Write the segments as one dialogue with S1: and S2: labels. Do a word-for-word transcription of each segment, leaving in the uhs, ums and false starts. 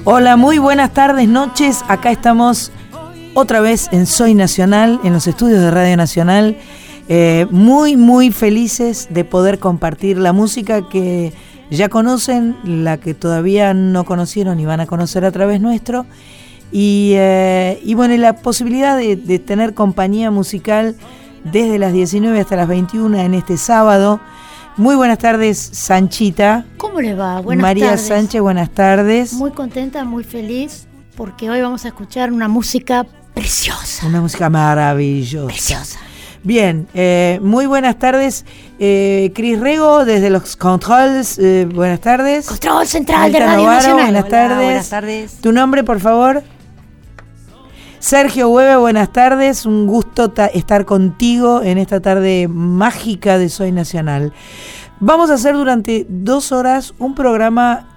S1: Hola, muy buenas tardes, noches. Acá estamos otra vez en Soy Nacional, en los estudios de Radio Nacional. Eh, muy, muy felices de poder compartir la música que ya conocen, la que todavía no conocieron y van a conocer a través nuestro. Y, eh, y bueno, y la posibilidad de, de tener compañía musical desde las diecinueve hasta las veintiuna en este sábado. Muy buenas tardes, Sanchita.
S2: ¿Cómo le va? Buenas
S1: María
S2: tardes.
S1: María Sánchez, buenas tardes.
S2: Muy contenta, muy feliz, porque hoy vamos a escuchar una música preciosa.
S1: Una música maravillosa.
S2: Preciosa.
S1: Bien, eh, muy buenas tardes. Eh, Cris Rego, desde los Controls, eh, buenas tardes.
S2: Control Central
S1: Marta
S2: de Radio
S1: Novaro,
S2: Nacional.
S1: buenas
S3: Hola,
S1: tardes.
S3: Buenas tardes.
S1: ¿Tu nombre, por favor? Sergio Hueve, buenas tardes. Un gusto ta- estar contigo en esta tarde mágica de Soy Nacional. Vamos a hacer durante dos horas un programa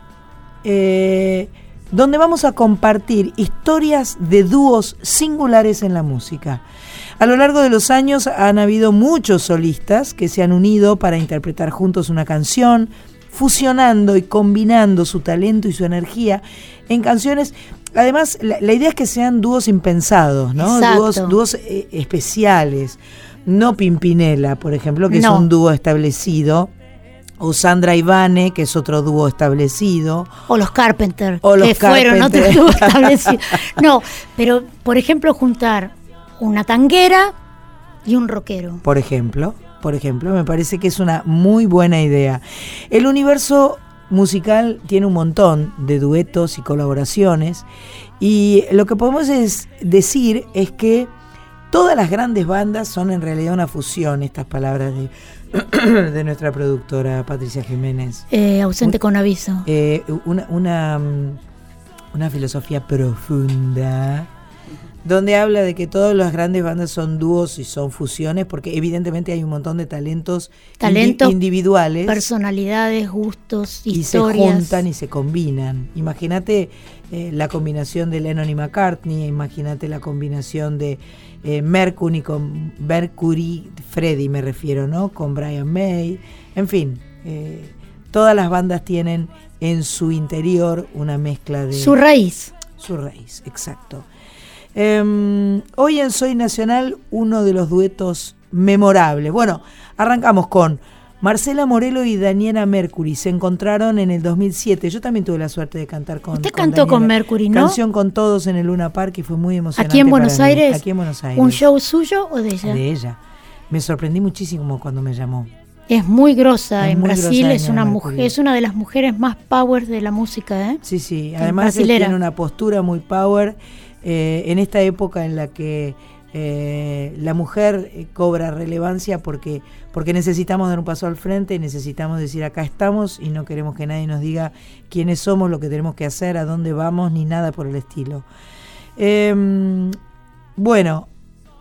S1: eh, donde vamos a compartir historias de dúos singulares en la música. A lo largo de los años han habido muchos solistas que se han unido para interpretar juntos una canción, fusionando y combinando su talento y su energía en canciones. Además, la, la idea es que sean dúos impensados, ¿no?
S2: Exacto.
S1: Dúos, dúos eh, especiales. No Pimpinela, por ejemplo, que
S2: No.
S1: es un dúo establecido. O Sandra y Vane, que es otro dúo establecido.
S2: O los Carpenter,
S1: O los
S2: que fueron
S1: Carpenter.
S2: otro dúo establecido. No, pero por ejemplo juntar una tanguera y un rockero.
S1: Por ejemplo, por ejemplo, me parece que es una muy buena idea. El universo musical tiene un montón de duetos y colaboraciones, y lo que podemos es decir es que todas las grandes bandas son en realidad una fusión, estas palabras de, de nuestra productora Patricia Jiménez.
S2: Eh, ausente con aviso.
S1: Eh, una, una, una filosofía profunda, donde habla de que todas las grandes bandas son dúos y son fusiones, porque evidentemente hay un montón de talentos,
S2: Talentos,
S1: indi- individuales,
S2: personalidades, gustos,
S1: y
S2: historias.
S1: se juntan y se combinan. Imagínate eh, la combinación de Lennon y McCartney, imagínate la combinación de eh, Mercury con Mercury, Freddie me refiero, ¿no? Con Brian May, en fin, eh, todas las bandas tienen en su interior una mezcla de
S2: Su raíz.
S1: su raíz, exacto. Eh, hoy en Soy Nacional, uno de los duetos memorables. Bueno, arrancamos con Marcela Morelo y Daniela Mercury. Se encontraron en el dos mil siete. Yo también tuve la suerte de cantar con
S2: Usted
S1: con
S2: cantó
S1: Daniela.
S2: con Mercury, ¿no?
S1: Canción con todos en el Luna Park y fue muy emocionante.
S2: ¿Aquí en Buenos
S1: para mí.
S2: Aires?
S1: Aquí en Buenos Aires.
S2: ¿Un show suyo o de ella?
S1: De ella. Me sorprendí muchísimo cuando me llamó.
S2: Es muy grosa
S1: Es
S2: en
S1: muy
S2: Brasil,
S1: grosa
S2: es
S1: Daniela
S2: una
S1: Mercury.
S2: mujer, es una de las mujeres más power de la música, ¿eh?
S1: Sí, sí.
S2: En
S1: Además eh,
S2: brasilera.
S1: tiene una postura muy power eh, en esta época en la que eh, la mujer eh, cobra relevancia porque, porque necesitamos dar un paso al frente, necesitamos decir acá estamos y no queremos que nadie nos diga quiénes somos, lo que tenemos que hacer, a dónde vamos, ni nada por el estilo. Eh, bueno,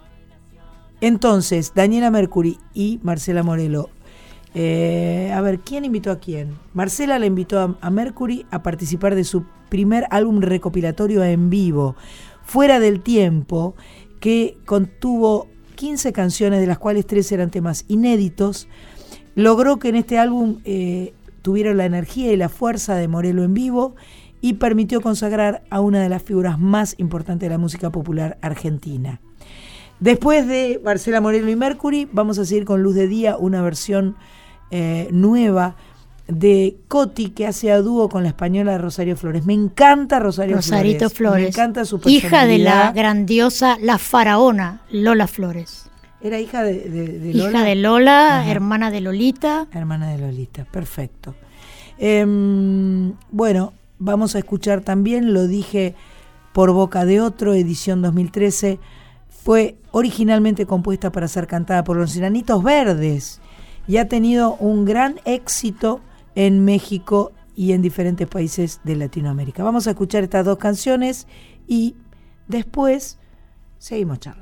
S1: entonces, Daniela Mercury y Marcela Morelo. Eh, a ver, ¿quién invitó a quién? Marcela la invitó a, a Mercury a participar de su primer álbum recopilatorio en vivo, Fuera del Tiempo, que contuvo quince canciones, de las cuales tres eran temas inéditos. Logró que en este álbum eh, tuviera la energía y la fuerza de Morelo en vivo y permitió consagrar a una de las figuras más importantes de la música popular argentina. Después de Marcela Morelo y Mercury, vamos a seguir con Luz de Día, una versión eh, nueva de Coti, que hace a dúo con la española Rosario Flores. Me encanta Rosario
S2: Rosarito
S1: Flores.
S2: Flores.
S1: Me encanta su
S2: Hija de la
S1: personalidad.
S2: grandiosa, la faraona, Lola Flores.
S1: Era hija de, de, de Lola.
S2: Hija de Lola,
S1: Ajá.
S2: hermana de Lolita.
S1: Hermana de Lolita, perfecto. Eh, bueno, vamos a escuchar también, lo dije por boca de otro, edición dos mil trece, fue originalmente compuesta para ser cantada por los Enanitos Verdes y ha tenido un gran éxito en México y en diferentes países de Latinoamérica. Vamos a escuchar estas dos canciones y después seguimos charlando.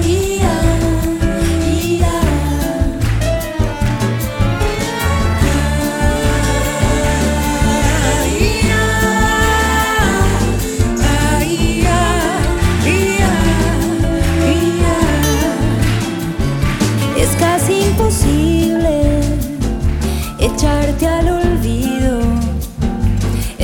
S4: Ay,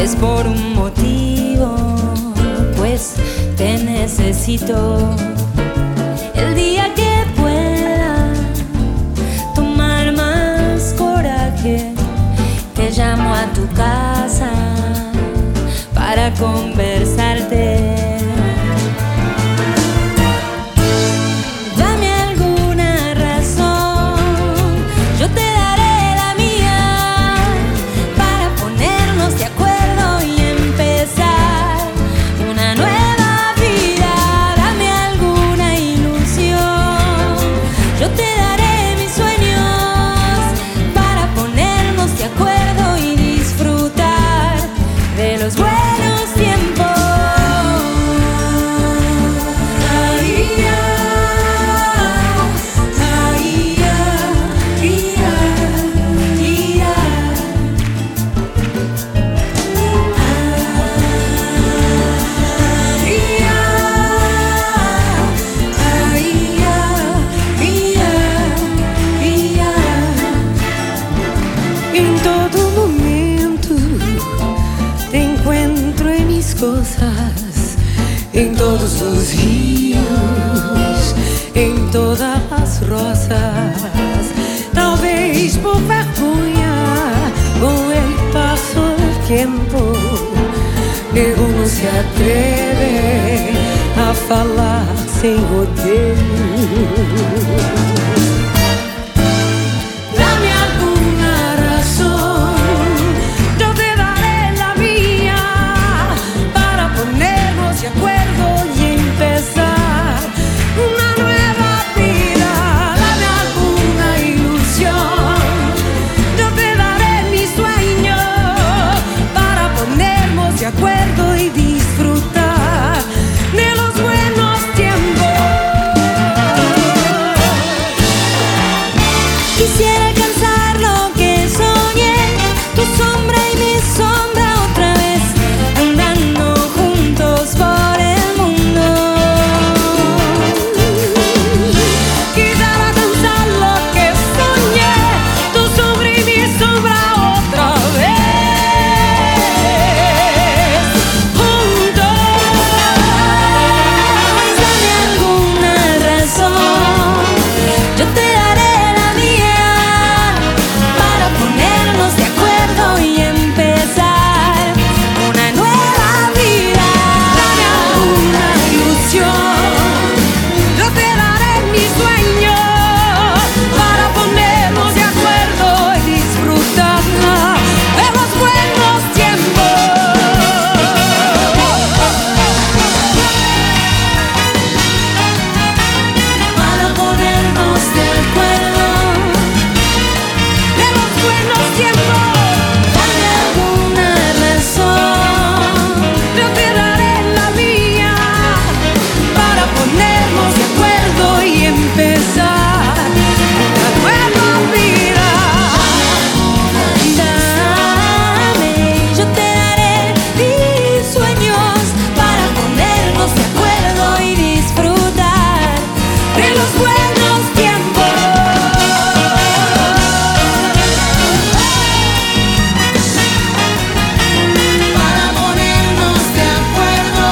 S3: es por un motivo, pues te necesito. El día que pueda tomar más coraje, te llamo a tu casa para conversarte. Dame alguna razón, yo te daré la mía, para ponernos de acuerdo y empezar una nueva vida. Dame alguna ilusión, yo te daré mis sueños, para ponernos de acuerdo y disfrutar de los buenos tiempos.
S4: En todo momento te encuentro en mis cosas, en todos los ríos, en todas las rosas. Tal vez por vergonha, con el paso del tiempo, ninguno se atreve a falar sem rodeio. Dame alguna razón, yo te daré la mía, para ponernos de acuerdo y empezar una nueva vida. Dame alguna ilusión, yo te daré mis sueños, para ponernos de acuerdo y disfrutar de los buenos tiempos.
S3: Quisiera alcanzar lo que soñé, tu sombra y mi sombra otra vez, andando juntos por el mundo.
S4: Quisiera alcanzar lo que soñé, tu sombra y mi sombra otra vez, juntos.
S3: Dame alguna razón, yo te daré la mía, para ponernos de acuerdo y empezar una nueva vida.
S4: Dame alguna ilusión, yo te daré mis sueños, para ponernos de acuerdo y disfrutar de los buenos tiempos.
S3: Para ponernos de acuerdo
S4: De los buenos tiempos,
S3: dame alguna razón,
S4: yo te daré la mía, para ponernos de acuerdo y empezar una nueva vida.
S3: dame, yo te daré mis sueños, para ponernos de acuerdo y disfrutar
S4: De los buenos tiempos.
S3: para ponernos de acuerdo.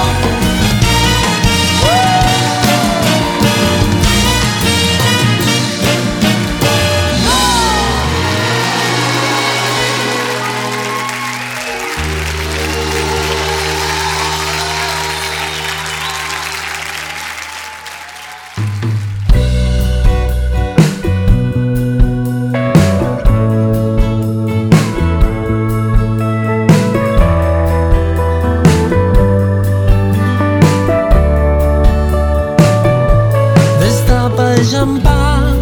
S5: Destapa el champán,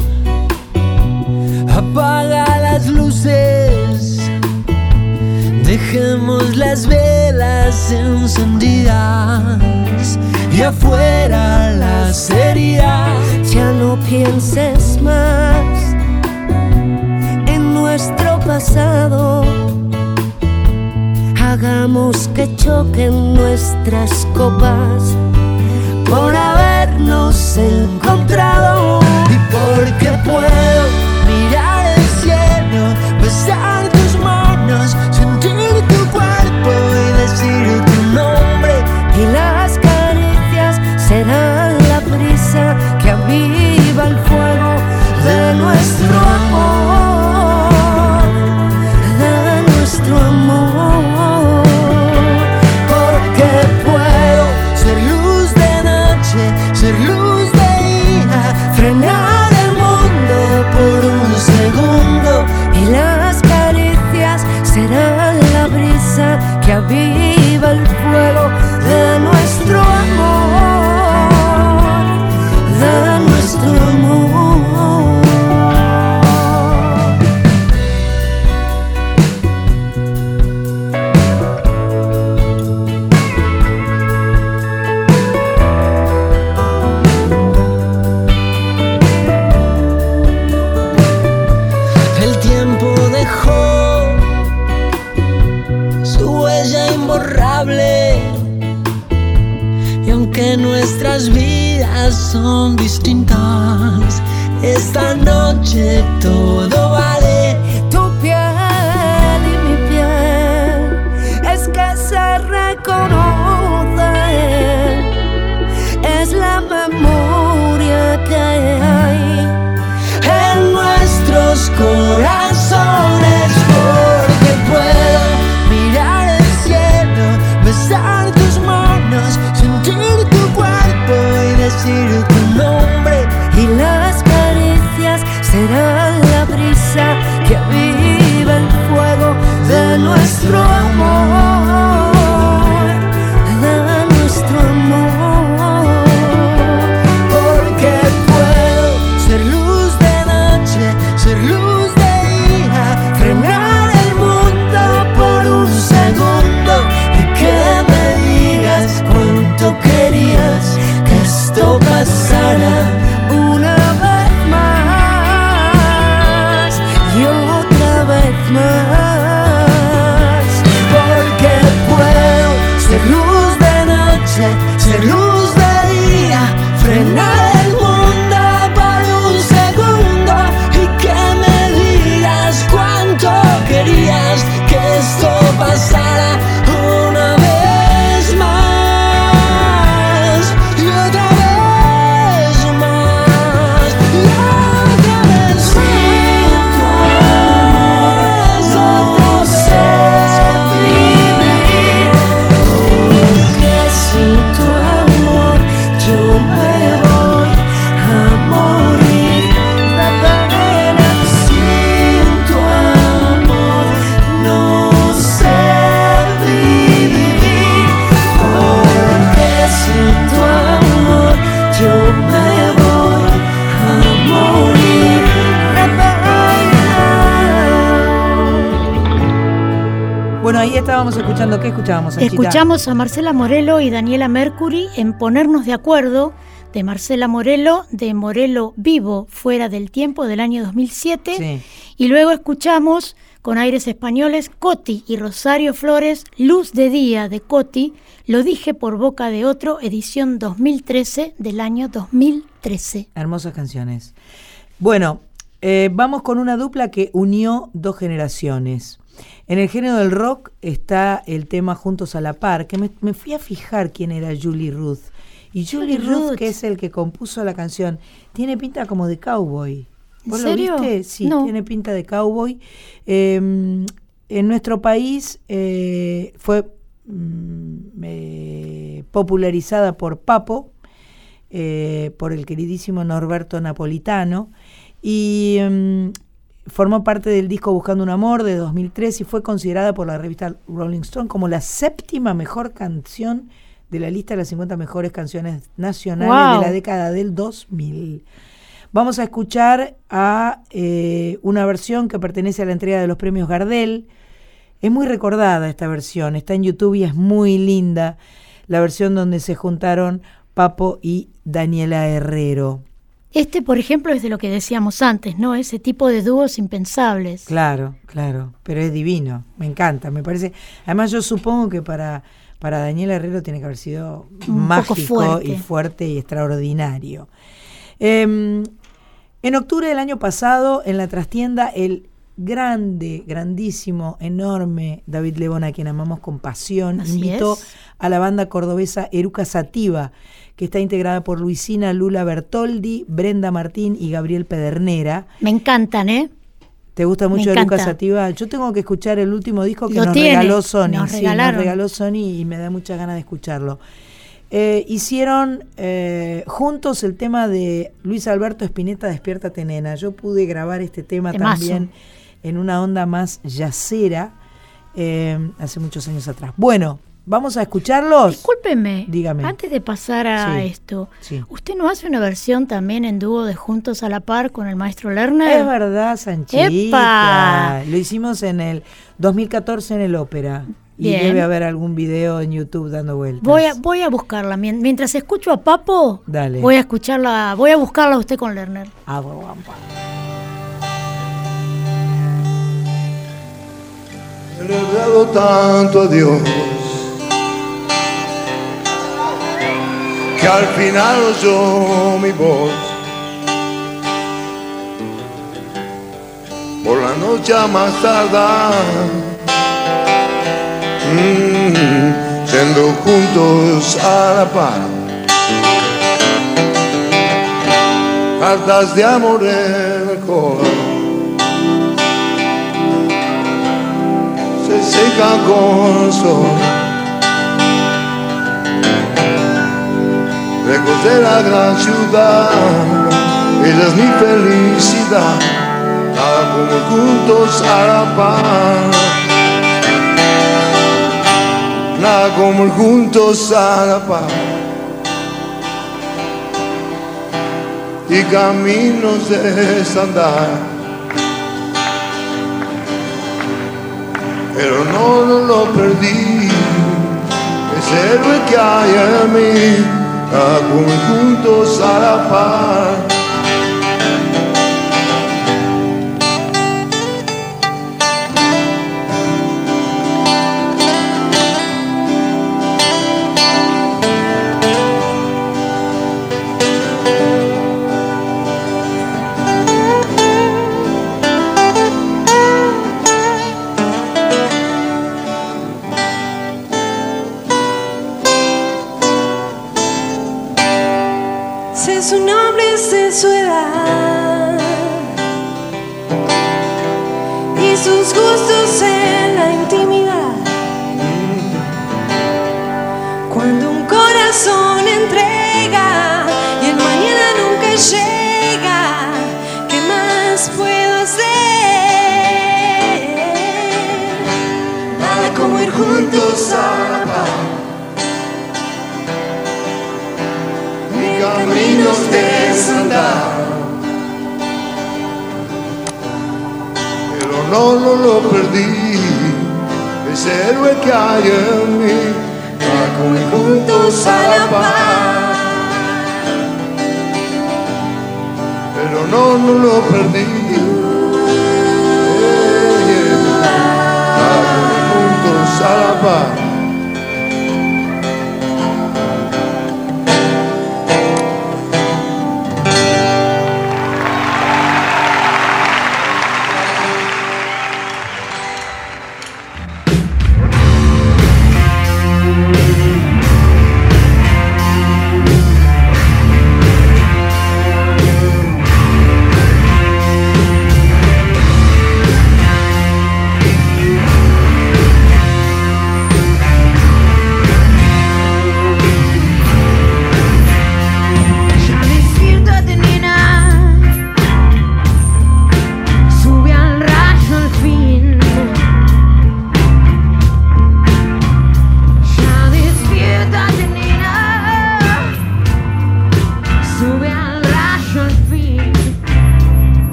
S5: apaga las luces, dejemos las velas encendidas y afuera las heridas.
S4: Ya no pienses más en nuestro pasado, hagamos que choquen nuestras copas por habernos encontrado.
S5: Y porque puedo mirar el cielo, besar tus manos, sentir tu cuerpo
S3: de nuestro amor, de nuestro amor. Porque puedo ser luz de noche, ser luz de día, frenar el mundo por un segundo, y las caricias serán la brisa que aviva el fuego de nuestro amor, de nuestro amor. El tiempo dejó su huella imborrable, y aunque nuestras vidas son distintas, esta noche todo vale. Tu piel y mi piel es que se reconoce, es la memoria que hay en nuestros corazones. Porque puedo mirar el cielo, besar tus manos, sentir tu cuerpo y decir tu nombre, y las caricias serán la brisa que aviva el fuego de nuestro amor, de nuestro amor. Porque puedo ser luz de noche, ser luz de día, frenar el mundo por un segundo, y que me digas cuánto querías que esto pasara una vez más y otra vez más. Porque puedo ser luz de noche, ser luz de día, frenar el mundo por un segundo, y que me digas cuánto querías que esto pasara una vez más y otra vez más y otra vez. Sin tu amor no sé vivir, porque sin tu amor yo me voy a morir de pena. Sin tu amor no sé vivir, porque sin tu amor yo me voy a morir de pena.
S1: Bueno, ahí estábamos escuchando. ¿Qué escuchábamos, Anchita?
S2: Escuchamos a Marcela Morelo y Daniela Mercury en Ponernos de Acuerdo, de Marcela Morelo, de Morelo Vivo, Fuera del Tiempo, del año dos mil siete.
S1: Sí.
S2: Y luego escuchamos, con aires españoles, Coti y Rosario Flores, Luz de Día, de Coti, Lo dije por boca de otro, edición dos mil trece, del año dos mil trece.
S1: Hermosas canciones. Bueno, eh, vamos con una dupla que unió dos generaciones. En el género del rock está el tema Juntos a la Par, que me, me fui a fijar quién era Julie Ruth. Y Julie, Julie Ruth, Ruth, que es el que compuso la canción, tiene pinta como de cowboy. ¿Vos
S2: ¿En serio?
S1: lo viste? Sí,
S2: no.
S1: Tiene pinta de cowboy. Eh, en nuestro país eh, fue mm, eh, popularizada por Papo, eh, por el queridísimo Norberto Napolitano, y um, formó parte del disco Buscando un Amor de dos mil tres y fue considerada por la revista Rolling Stone como la séptima mejor canción de la lista de las cincuenta mejores canciones nacionales wow. de la década del dos mil. Vamos a escuchar a eh, una versión que pertenece a la entrega de los premios Gardel. Es muy recordada esta versión, está en YouTube y es muy linda. La versión donde se juntaron Papo y Daniela Herrero.
S2: Este, por ejemplo, es de lo que decíamos antes, ¿no? Ese tipo de dúos impensables.
S1: Claro, claro, pero es divino, me encanta, me parece. Además yo supongo que para, para Daniela Herrero tiene que haber sido
S2: Un
S1: mágico
S2: poco fuerte.
S1: y fuerte y extraordinario. Eh, en octubre del año pasado, en la trastienda, el grande, grandísimo, enorme David Lebón, a quien amamos con pasión,
S2: Así
S1: invitó
S2: es.
S1: a la banda cordobesa Eruca Sativa, que está integrada por Luisina Lula Bertoldi, Brenda Martín y Gabriel Pedernera.
S2: Me encantan, ¿eh?
S1: ¿Te gusta mucho
S2: Me
S1: Eruca
S2: encanta.
S1: Sativa? Yo tengo que escuchar el último disco que
S2: Lo
S1: nos
S2: tiene,
S1: regaló Sony.
S2: nos
S1: sí,
S2: regalaron.
S1: nos regaló Sony y me da muchas ganas de escucharlo. Eh, hicieron eh, juntos el tema de Luis Alberto Spinetta, Despiértate Nena. Yo pude grabar este tema
S2: Temazo.
S1: también en una onda más yacera eh, hace muchos años atrás. Bueno, vamos a escucharlos.
S2: Discúlpeme,
S1: Dígame.
S2: antes de pasar a
S1: Sí,
S2: esto,
S1: sí.
S2: ¿usted no hace una versión también en dúo de Juntos a la Par con el maestro Lerner?
S1: Es verdad, Sanchita.
S2: ¡Epa!
S1: Lo hicimos en el dos mil catorce en el Ópera. Y
S2: Bien.
S1: debe haber algún video en YouTube dando vueltas.
S2: Voy a, voy a buscarla. Mien- Mientras escucho a Papo,
S1: Dale.
S2: voy a escucharla, voy a buscarla a usted con Lerner.
S1: Agua, guampa.
S5: Le he dado tanto a Dios que al final oyó mi voz. Por la noche a más tardar, mm, siendo juntos a la par. Cartas de amor en el corazón se secan con sol. Lejos de la gran ciudad, ella es mi felicidad. Nada como juntos a la par. Nada como juntos a la par. Y caminos de desandar. Pero no, no lo perdí, ese héroe que hay en mí, nada como juntos a la par.
S3: Sé su nombre, sé su edad y sus gustos en la intimidad. Cuando un corazón entrega y el mañana nunca llega, ¿qué más puedo hacer? Nada como ir juntos a la paz.
S5: Caminos de desandar. Pero no, no lo perdí, ese héroe que hay en mí, nada como ir juntos a la par. Pero no, no lo perdí, eh, yeah. Nada como ir juntos a la par.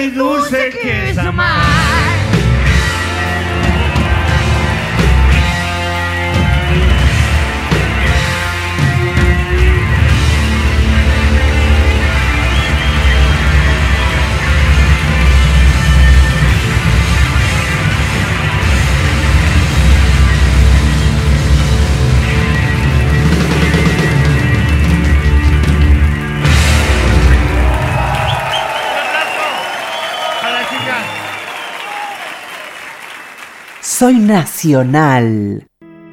S5: y dulce que es amar.
S6: Soy nacional.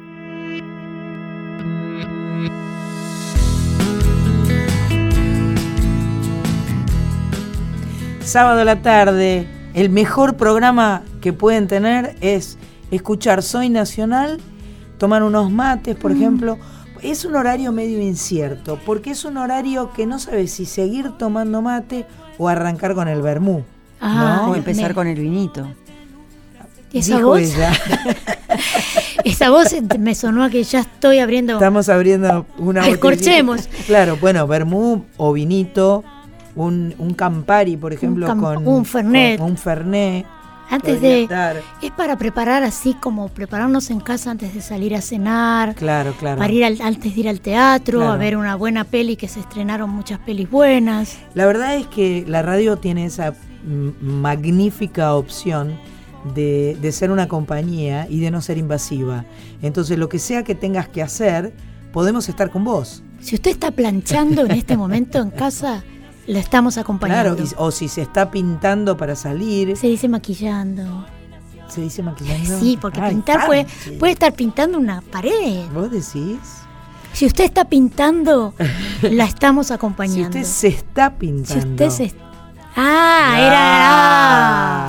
S1: Sábado a la tarde, el mejor programa que pueden tener es escuchar Soy Nacional, tomar unos mates, por mm. ejemplo. Es un horario medio incierto, porque es un horario que no sabes si seguir tomando mate o arrancar con el vermú.
S2: Ah,
S7: ¿no? O empezar
S2: me...
S7: con el vinito.
S2: ¿Esa
S1: Dijo
S2: voz?
S1: ella.
S2: Esa voz me sonó a que ya estoy abriendo.
S1: Estamos abriendo una
S2: Escorchemos.
S1: Claro, bueno, vermú o vinito, un, un Campari, por ejemplo,
S2: un cam-
S1: con
S2: un Fernet.
S1: Con un Fernet.
S2: Antes de estar. Es para preparar así como prepararnos en casa antes de salir a cenar.
S1: Claro, claro.
S2: Para ir al, antes de ir al teatro,
S1: claro.
S2: a ver una buena peli, que se estrenaron muchas pelis buenas.
S1: La verdad es que la radio tiene esa m- magnífica opción De, de ser una compañía y de no ser invasiva. Entonces, lo que sea que tengas que hacer, podemos estar con vos.
S2: Si usted está planchando en este momento en casa, lo estamos acompañando.
S1: Claro, y, o si se está pintando para salir.
S2: Se dice maquillando.
S1: ¿Se dice maquillando?
S2: Sí, porque
S1: Ay,
S2: pintar puede,
S1: sí.
S2: puede estar pintando una pared.
S1: ¿Vos decís?
S2: Si usted está pintando, la estamos acompañando.
S1: Si usted se está pintando.
S2: Si usted se... Ah,
S1: ah
S2: era... Ah.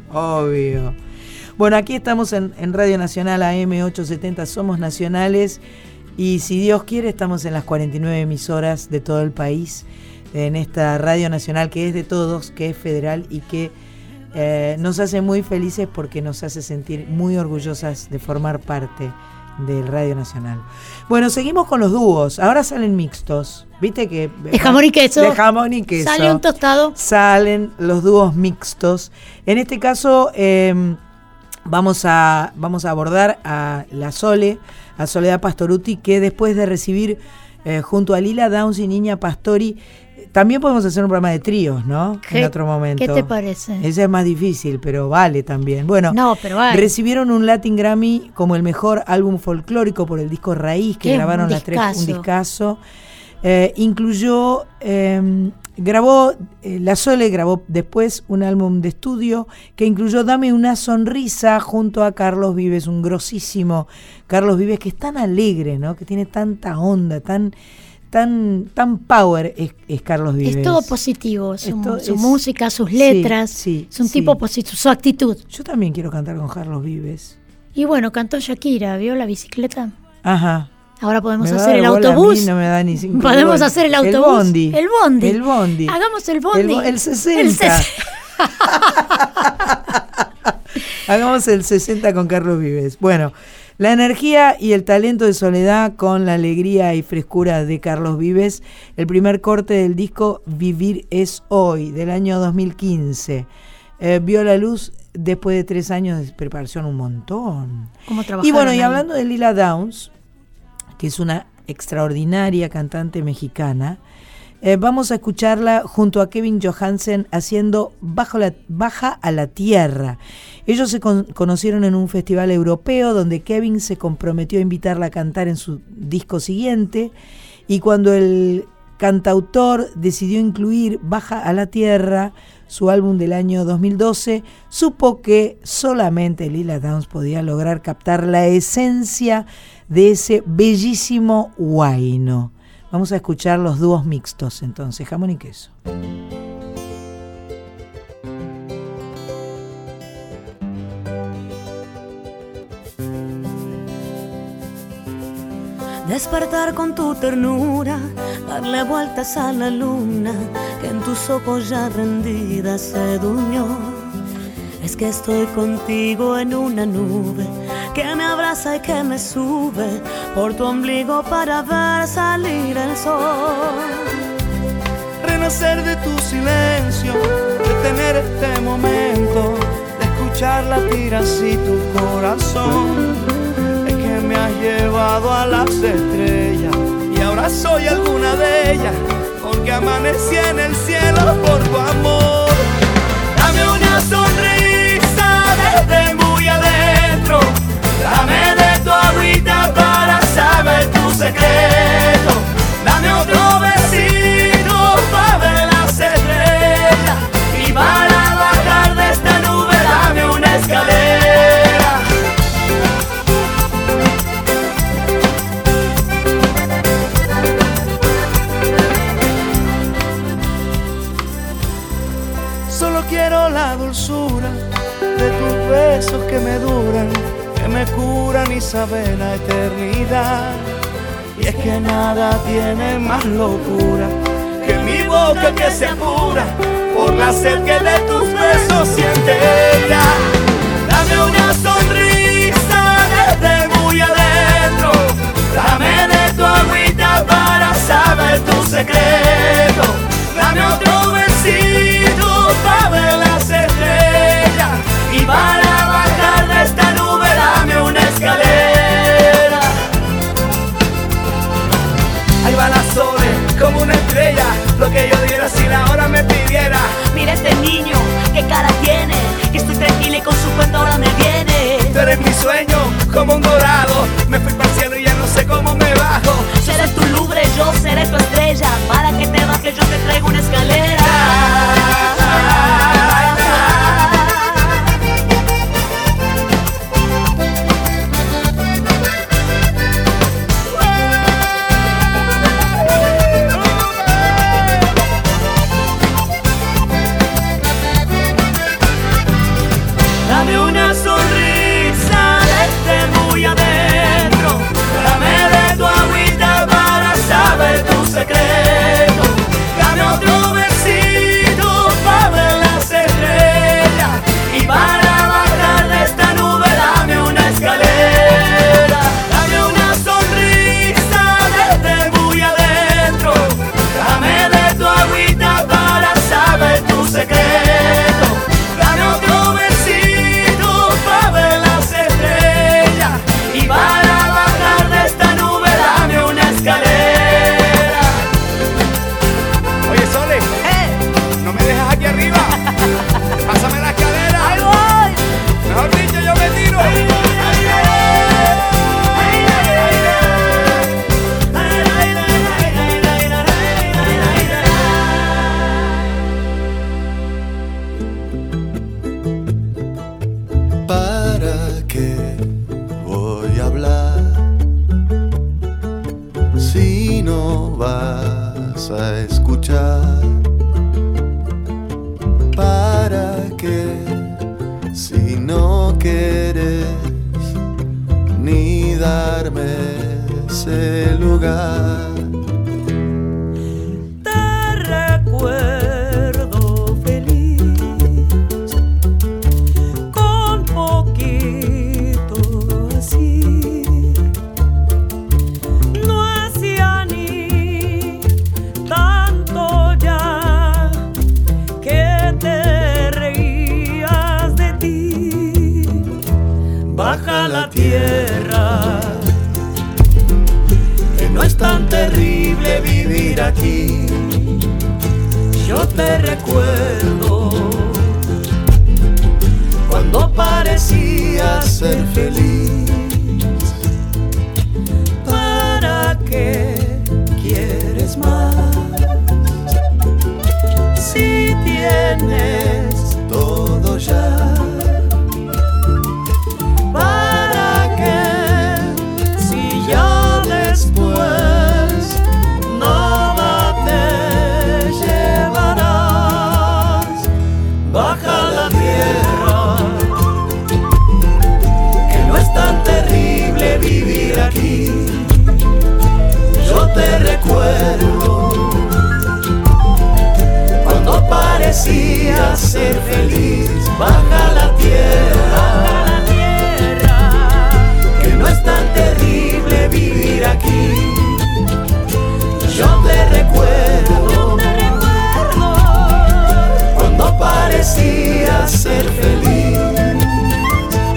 S1: Obvio. Bueno, aquí estamos en, en Radio Nacional A M ochocientos setenta, somos nacionales y si Dios quiere estamos en las cuarenta y nueve emisoras de todo el país, en esta Radio Nacional que es de todos, que es federal y que eh, nos hace muy felices porque nos hace sentir muy orgullosas de formar parte del Radio Nacional. Bueno, seguimos con los dúos, ahora salen mixtos, viste que...
S2: De jamón y queso.
S1: De jamón y queso.
S2: Sale un tostado.
S1: Salen los dúos mixtos. En este caso eh, vamos, a, vamos a abordar a la Sole, a Soledad Pastorutti, que después de recibir eh, junto a Lila Downs y Niña Pastori, también podemos hacer un programa de tríos, ¿no? En otro momento.
S2: ¿Qué te parece?
S1: Ese es más difícil, pero vale también. Bueno,
S2: no, pero vale.
S1: Recibieron un Latin Grammy como el mejor álbum folclórico por el disco Raíz, que grabaron
S2: un
S1: las tres,
S2: discazo.
S1: un discazo. Eh, incluyó, eh, grabó, eh, la Sole grabó después un álbum de estudio que incluyó Dame una sonrisa junto a Carlos Vives, un grosísimo Carlos Vives que es tan alegre, ¿no? Que tiene tanta onda, tan... Tan, tan power es, es Carlos Vives.
S2: Es todo positivo, su,
S1: Esto
S2: su
S1: es,
S2: música, sus letras,
S1: sí, sí,
S2: es un
S1: sí.
S2: tipo positivo, su actitud.
S1: Yo también quiero cantar con Carlos Vives.
S2: Y bueno, cantó Shakira, ¿vio la bicicleta?
S1: Ajá.
S2: Ahora podemos
S1: me
S2: hacer el
S1: bola
S2: autobús.
S1: A mí no me da ni cinco
S2: podemos
S1: goles.
S2: hacer el autobús.
S1: El bondi.
S2: El bondi.
S1: El bondi.
S2: Hagamos el bondi.
S1: El, bo- el sesenta.
S2: El ses-
S1: Hagamos el sesenta con Carlos Vives. Bueno, la energía y el talento de Soledad con la alegría y frescura de Carlos Vives. El primer corte del disco Vivir es Hoy, del año dos mil quince. Eh, vio la luz después de tres años de preparación, un montón.
S2: ¿Cómo
S1: Y bueno, y
S2: ahí?
S1: hablando de Lila Downs, que es una extraordinaria cantante mexicana, eh, vamos a escucharla junto a Kevin Johansen haciendo Bajo la, Baja a la Tierra. Ellos se con, conocieron en un festival europeo donde Kevin se comprometió a invitarla a cantar en su disco siguiente, y cuando el cantautor decidió incluir Baja a la Tierra, su álbum del año dos mil doce, supo que solamente Lila Downs podía lograr captar la esencia de ese bellísimo huayno. Vamos a escuchar los dúos mixtos entonces, jamón y queso.
S3: Despertar con tu ternura, darle vueltas a la luna que en tus ojos ya rendida se durmió. Es que estoy contigo en una nube que me abraza y que me sube por tu ombligo para ver salir el sol.
S5: Renacer de tu silencio, detenerte sentir así tu corazón es que me has llevado a las estrellas y ahora soy alguna de ellas porque amanecí en el cielo por tu amor. Dame una sonrisa desde muy adentro, dame de tu agüita para saber tu secreto, dame otro besito para ver las estrellas y para bajar de esta nube dame una escalera. Solo quiero la dulzura de tus besos que me duran, que me curan y saben la eternidad. Y es que nada tiene más locura que mi boca que se apura por la sed que de tus besos siente ella. Dame una sonrisa desde muy adentro, dame de tu agüita para saber tu secreto, dame otro besito para ver las estrellas y para bajar de esta nube dame una escalera. Ahí va la Sole como una estrella, lo que yo diera si la hora me pidiera.
S3: Mira este niño, qué cara tiene, que estoy tranquila y con su cuento ahora me viene.
S5: Tú eres mi sueño como un dorado, me fui para el cielo y ya no sé cómo me bajo.
S3: Seré tu lumbre, yo seré tu estrella, para que te bajes yo te traigo una escalera. Dame una sonrisa desde muy adentro, dame de tu agüita para saber tu secreto, dame otro besito para ver las estrellas y para bajar de esta nube dame una escalera. Dame una sonrisa desde muy adentro, dame de tu agüita para saber tu secreto, dame otro besito para ver las estrellas y para bajar de esta nube dame una escalera.
S5: Oye Sole,
S3: ¡Eh!
S5: no me dejas aquí arriba, pásame la escalera.
S3: ¡Ahí voy!
S5: Mejor dicho yo me tiro.
S7: ¿Para qué voy a hablar si no vas a escuchar? ¿Para qué si no quieres ni darme ese lugar?
S4: Te recuerdo feliz, con poquito así. No hacía ni tanto ya que te reías de ti. Baja la tierra, que no es tan terrible vivir aquí. Yo te recuerdo cuando parecías ser feliz. ¿Para qué quieres más si tienes todo ya? ¿Para qué si ya después nada te llevarás? Baja la tierra, que no es tan terrible vivir aquí. Yo te recuerdo cuando parecías ser feliz. Baja la tierra, que no es tan terrible vivir aquí. Yo te recuerdo cuando parecías ser feliz.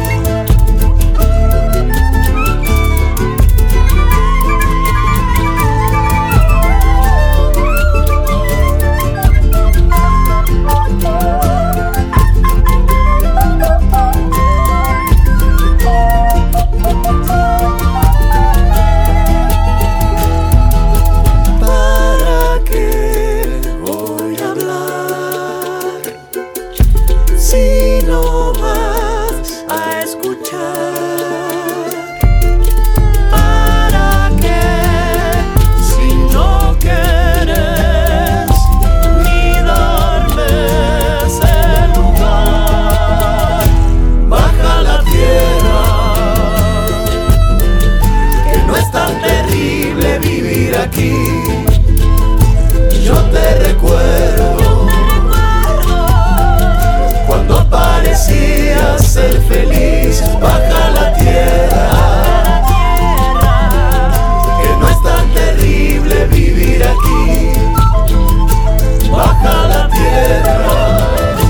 S7: si no vas a escuchar? ¿Para qué si no quieres ni darme ese lugar? Baja la tierra, que no es tan terrible vivir aquí. Yo te recuerdo cuando parecías ser feliz. Baja la tierra, que no es tan terrible vivir aquí. Baja la tierra.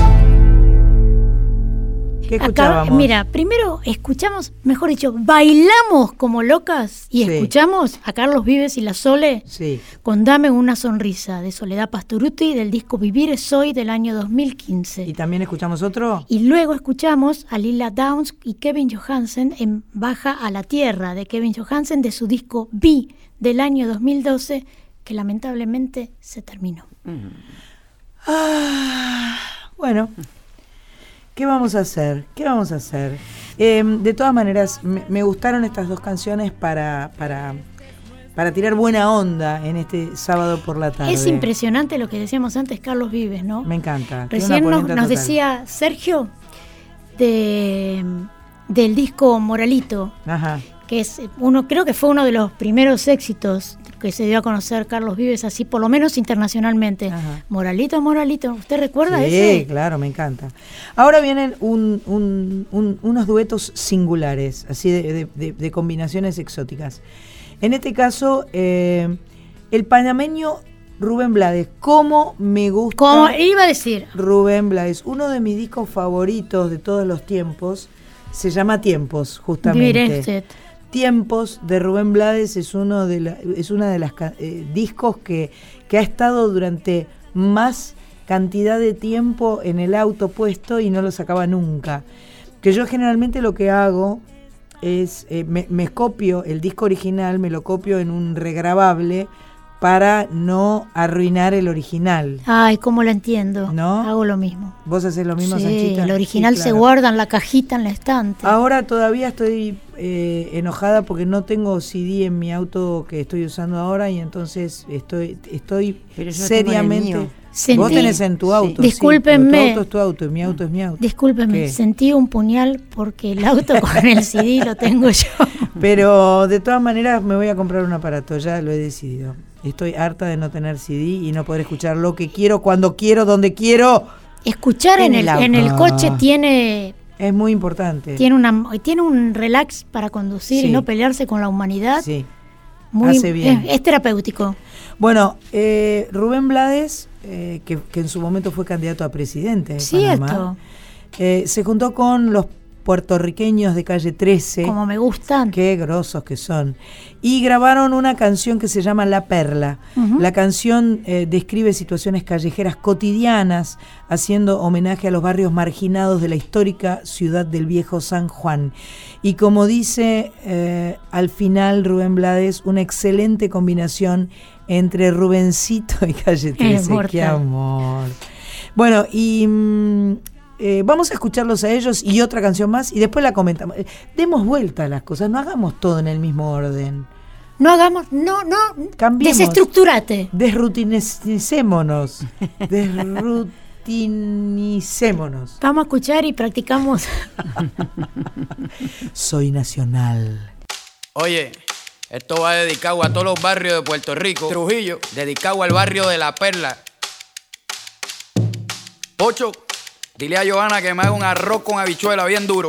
S1: ¿Qué
S2: Acá,
S1: escuchábamos?
S2: mira, primero escuchamos, mejor dicho, bailamos como locas y
S1: Sí.
S2: escuchamos a Carlos Vives y La Sole
S1: Sí.
S2: con Dame una sonrisa de Soledad Pastorutti del disco Vivir es Hoy del año dos mil quince.
S1: ¿Y también escuchamos otro?
S2: Y luego escuchamos a Lila Downs y Kevin Johansen en Baja a la Tierra de Kevin Johansen de su disco Be del año dos mil doce, que lamentablemente se terminó.
S1: Ah, bueno, ¿qué vamos a hacer? ¿Qué vamos a hacer? Eh, de todas maneras, me, me gustaron estas dos canciones para, para, para tirar buena onda en este sábado por la tarde.
S2: Es impresionante lo que decíamos antes, Carlos Vives, ¿no?
S1: Me encanta. Tiene
S2: Recién
S1: una
S2: nos,
S1: polenta
S2: nos
S1: total.
S2: decía Sergio de, del disco Moralito,
S1: Ajá.
S2: que es uno, creo que fue uno de los primeros éxitos que se dio a conocer Carlos Vives, así por lo menos internacionalmente.
S1: Ajá.
S2: Moralito, Moralito, ¿usted recuerda
S1: Sí,
S2: ese?
S1: claro, me encanta. Ahora vienen un, un, un, unos duetos singulares, así de, de, de, de combinaciones exóticas. En este caso, eh, el panameño Rubén Blades. ¿Cómo me gusta?
S2: Como iba a decir.
S1: Rubén Blades, uno de mis discos favoritos de todos los tiempos, se llama Tiempos, justamente.
S2: Directed.
S1: Tiempos de Rubén Blades es uno de la, es una de las eh, discos que, que ha estado durante más cantidad de tiempo en el auto puesto y no lo sacaba nunca. Que yo generalmente lo que hago es eh, me, me copio el disco original, me lo copio en un regrabable para no arruinar el original.
S2: Ay, cómo lo entiendo.
S1: ¿No?
S2: Hago lo mismo.
S1: ¿Vos haces lo mismo,
S2: Sí,
S1: Sanchita?
S2: el original
S1: Sí,
S2: se
S1: claro.
S2: guarda en la cajita, en la estante.
S1: Ahora todavía estoy eh, enojada porque no tengo C D en mi auto que estoy usando ahora y entonces estoy estoy
S8: Pero yo tengo en el
S1: seriamente...
S8: mío.
S2: Sentí-
S1: Vos tenés en tu auto, sí,
S2: Discúlpenme.
S1: pero tu auto es tu auto y mi auto es mi auto.
S2: Discúlpeme,
S1: ¿Qué?
S2: sentí un puñal porque el auto con el C D lo tengo yo.
S1: Pero de todas maneras me voy a comprar un aparato, ya lo he decidido. Estoy harta de no tener C D y no poder escuchar lo que quiero, cuando quiero, donde quiero.
S2: Escuchar en,
S1: En
S2: el,
S1: el auto.
S2: en el coche tiene,
S1: Es muy importante.
S2: tiene, una, tiene un relax para conducir
S1: Sí.
S2: y no pelearse con la humanidad.
S1: Sí.
S2: Muy,
S1: hace bien.
S2: Es, es terapéutico.
S1: Bueno, eh, Rubén Blades, eh, que, que en su momento fue candidato a presidente de
S2: Cierto.
S1: Panamá, eh, se juntó con los puertorriqueños de Calle trece.
S2: Como me gustan.
S1: Qué grosos que son. Y grabaron una canción que se llama La Perla.
S2: Ujú.
S1: La canción eh, describe situaciones callejeras cotidianas, haciendo homenaje a los barrios marginados de la histórica ciudad del viejo San Juan. Y como dice eh, al final Rubén Blades, una excelente combinación entre Rubencito y Calle trece.
S2: mortal.
S1: ¡Qué amor! Bueno, y... mm, Eh, vamos a escucharlos a ellos y otra canción más y después la comentamos. Eh, Demos vuelta a las cosas, no hagamos todo en el mismo orden.
S2: No hagamos, no, no,
S1: Cambiemos.
S2: desestructurate.
S1: Desrutinicémonos. Desrutinicémonos.
S2: Vamos a escuchar y practicamos.
S1: Soy nacional.
S9: Oye, esto va dedicado a todos los barrios de Puerto Rico. Trujillo, dedicado al barrio de La Perla. Pocho, dile a Johanna que me haga un arroz con habichuela bien duro.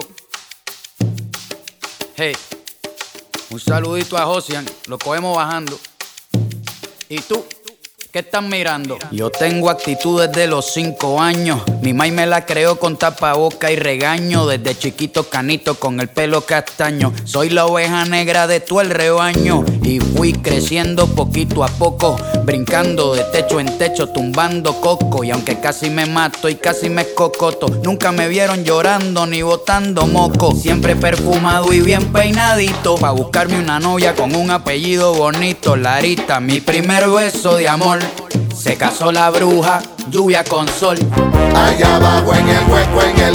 S9: Hey, un saludito a Josian, lo cogemos bajando. ¿Y tú? ¿Qué estás mirando? Yo tengo actitudes de los cinco años. Mi mai me la creó con tapaboca y regaño. Desde chiquito canito con el pelo castaño. Soy la oveja negra de todo el rebaño. Y fui creciendo poquito a poco, brincando de techo en techo, tumbando coco. Y aunque casi me mato y casi me escocoto, nunca me vieron llorando ni botando moco. Siempre perfumado y bien peinadito, pa' buscarme una novia con un apellido bonito. Larita, mi primer beso de amor. Se casó la bruja, lluvia con sol.
S7: Allá abajo en el hueco, en el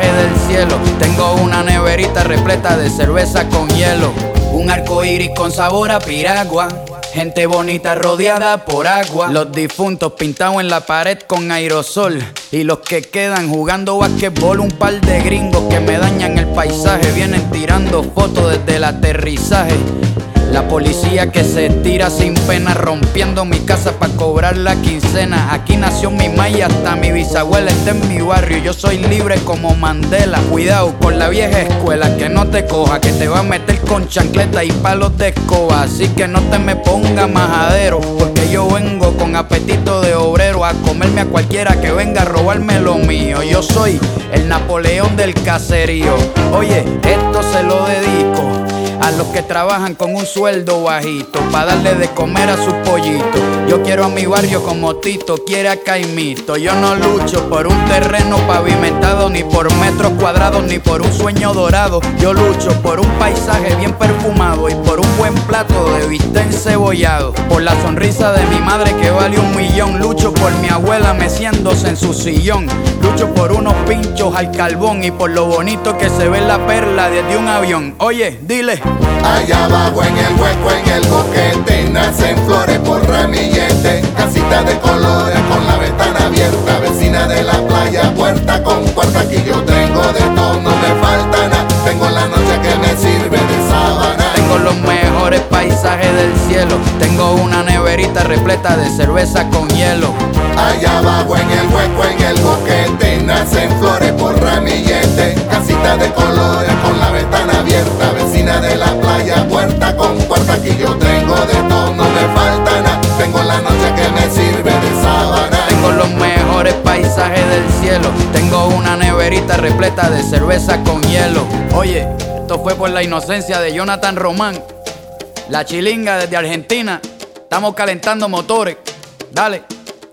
S9: paisaje del cielo. Tengo una neverita repleta de cerveza con hielo. Un arco iris con sabor a piragua. Gente bonita rodeada por agua. Los difuntos pintados en la pared con aerosol. Y los que quedan jugando basquetbol. Un par de gringos que me dañan el paisaje. Vienen tirando fotos desde el aterrizaje. La policía que se tira sin pena, rompiendo mi casa pa' cobrar la quincena. Aquí nació mi maya, hasta mi bisabuela está en mi barrio. Yo soy libre como Mandela. Cuidado con la vieja escuela, que no te coja, que te va a meter con chancleta y palos de escoba. Así que no te me ponga majadero, porque yo vengo con apetito de obrero a comerme a cualquiera que venga a robarme lo mío. Yo soy el Napoleón del caserío. Oye, esto se lo dedico a los que trabajan con un sueldo bajito, pa' darle de comer a sus pollitos. Yo quiero a mi barrio como Tito quiere a Caimito. Yo no lucho por un terreno pavimentado, ni por metros cuadrados, ni por un sueño dorado. Yo lucho por un paisaje bien perfumado y por un buen plato de bistec encebollado. Por la sonrisa de mi madre que vale un millón. Lucho por mi abuela meciéndose en su sillón. Lucho por unos pinchos al carbón y por lo bonito que se ve la perla desde un avión. Oye, dile.
S7: Allá abajo en el hueco, en el boquete, nacen flores por ramillete. Casita de colores con la ventana abierta, vecina de la playa, puerta con puerta. Aquí yo tengo de todo, no me falta nada. Tengo la noche que me sirve de sábana.
S9: Tengo los mejores paisajes del cielo. Tengo una neverita repleta de cerveza con hielo.
S7: Allá abajo en el hueco, en el boquete, nacen flores por ramillete. Casita de colores con la ventana abierta, vecina de la playa, puerta con puerta. Aquí yo tengo de todo, no me falta nada. Tengo la noche que me sirve de sábana.
S9: Tengo los mejores paisajes del cielo. Tengo una neverita repleta de cerveza con hielo. Oye, esto fue por la inocencia de Jonathan Román. La chilinga desde Argentina. Estamos calentando motores. Dale.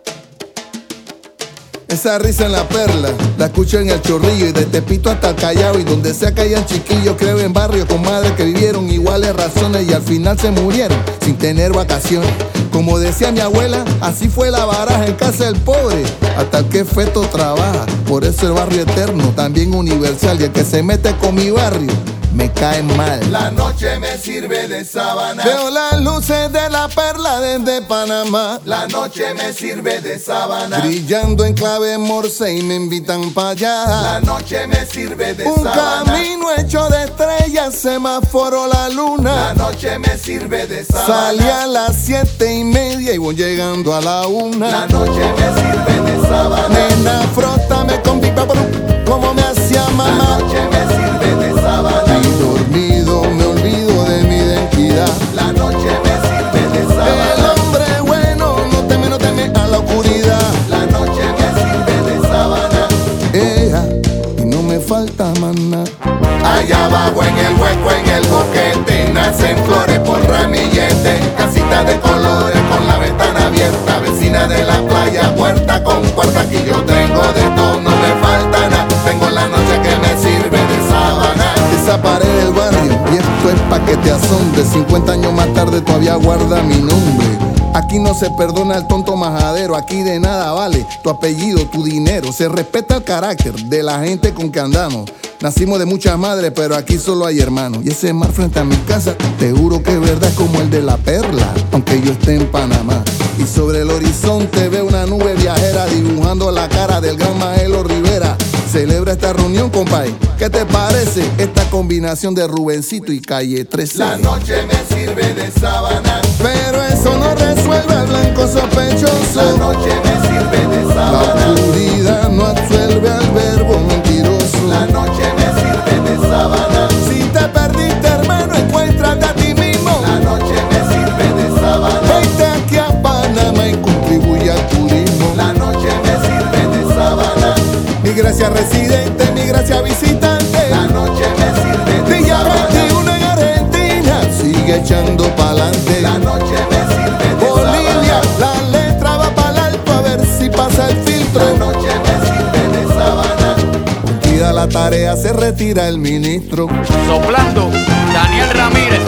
S8: Esa risa en la perla, la escucho en el Chorrillo y de Tepito hasta el Callao. Y donde sea que hayan chiquillos, creo en barrios con madres que vivieron iguales razones y al final se murieron sin tener vacaciones. Como decía mi abuela, así fue la baraja en casa del pobre, hasta el que feto trabaja. Por eso el barrio eterno, también universal, y el que se mete con mi barrio me cae mal.
S7: La noche me sirve de sábana.
S8: Veo las luces de la perla desde Panamá.
S7: La noche me sirve de sábana.
S8: Brillando en clave morse y me invitan para allá.
S7: La noche me sirve de
S8: Un
S7: sábana.
S8: Un camino hecho de estrellas, semáforo la luna.
S7: La noche me sirve de sábana.
S8: Salí a las siete y media y voy llegando a la una.
S7: La noche me sirve de sábana.
S8: Nena, frótame con pipa como me hacía mamá.
S7: La noche me sirve de sábana.
S8: Y dormido me olvido de mi identidad.
S7: La noche me sirve de sábana.
S8: El hombre bueno no teme, no teme a la oscuridad.
S7: La noche me sirve de sábana.
S8: Ella, y no me falta más nada.
S7: Allá abajo en el hueco, en el boquete, nacen flores por ramillete. Casita de colores con la ventana abierta, vecina de la playa, puerta con puerta. Aquí yo tengo de todo, no me falta nada. Tengo la noche que me sirve de sábana.
S8: Esa pared del barrio, y esto es pa' que te asombre. cincuenta años más tarde todavía guarda mi nombre. Aquí no se perdona el tonto majadero, aquí de nada vale tu apellido, tu dinero. Se respeta el carácter de la gente con que andamos. Nacimos de muchas madres, pero aquí solo hay hermanos. Y ese mar frente a mi casa, te juro que es verdad, como el de la perla, aunque yo esté en Panamá. Y sobre el horizonte veo una nube viajera dibujando la cara del gran Maelo Rivera. Celebra esta reunión, compay. ¿Qué te parece esta combinación de Rubencito y Calle trece?
S7: La noche me sirve de sábana.
S8: Pero eso no resuelve al blanco sospechoso.
S7: La noche me sirve de sábana.
S8: La oscuridad no absuelve al verbo mentiroso.
S7: La noche me sirve de sábana.
S8: Si te perdiste, hermano, encuéntrate a ti mismo.
S7: La noche me sirve de sábana.
S8: Vente aquí a Panamá y contribuye al turismo.
S7: La noche me sirve de sábana.
S8: Mi gracia residente, mi gracia visitante.
S7: La noche me sirve de
S8: Día
S7: sábana.
S8: veintiuno en Argentina, sigue echando pa'lante.
S7: La noche me sirve de
S8: Bolivia,
S7: sábana.
S8: la letra va pa'l alto a ver si pasa el filtro.
S7: La noche me sirve de sábana.
S8: Tira la tarea, se retira el ministro.
S9: Soplando, Daniel Ramírez.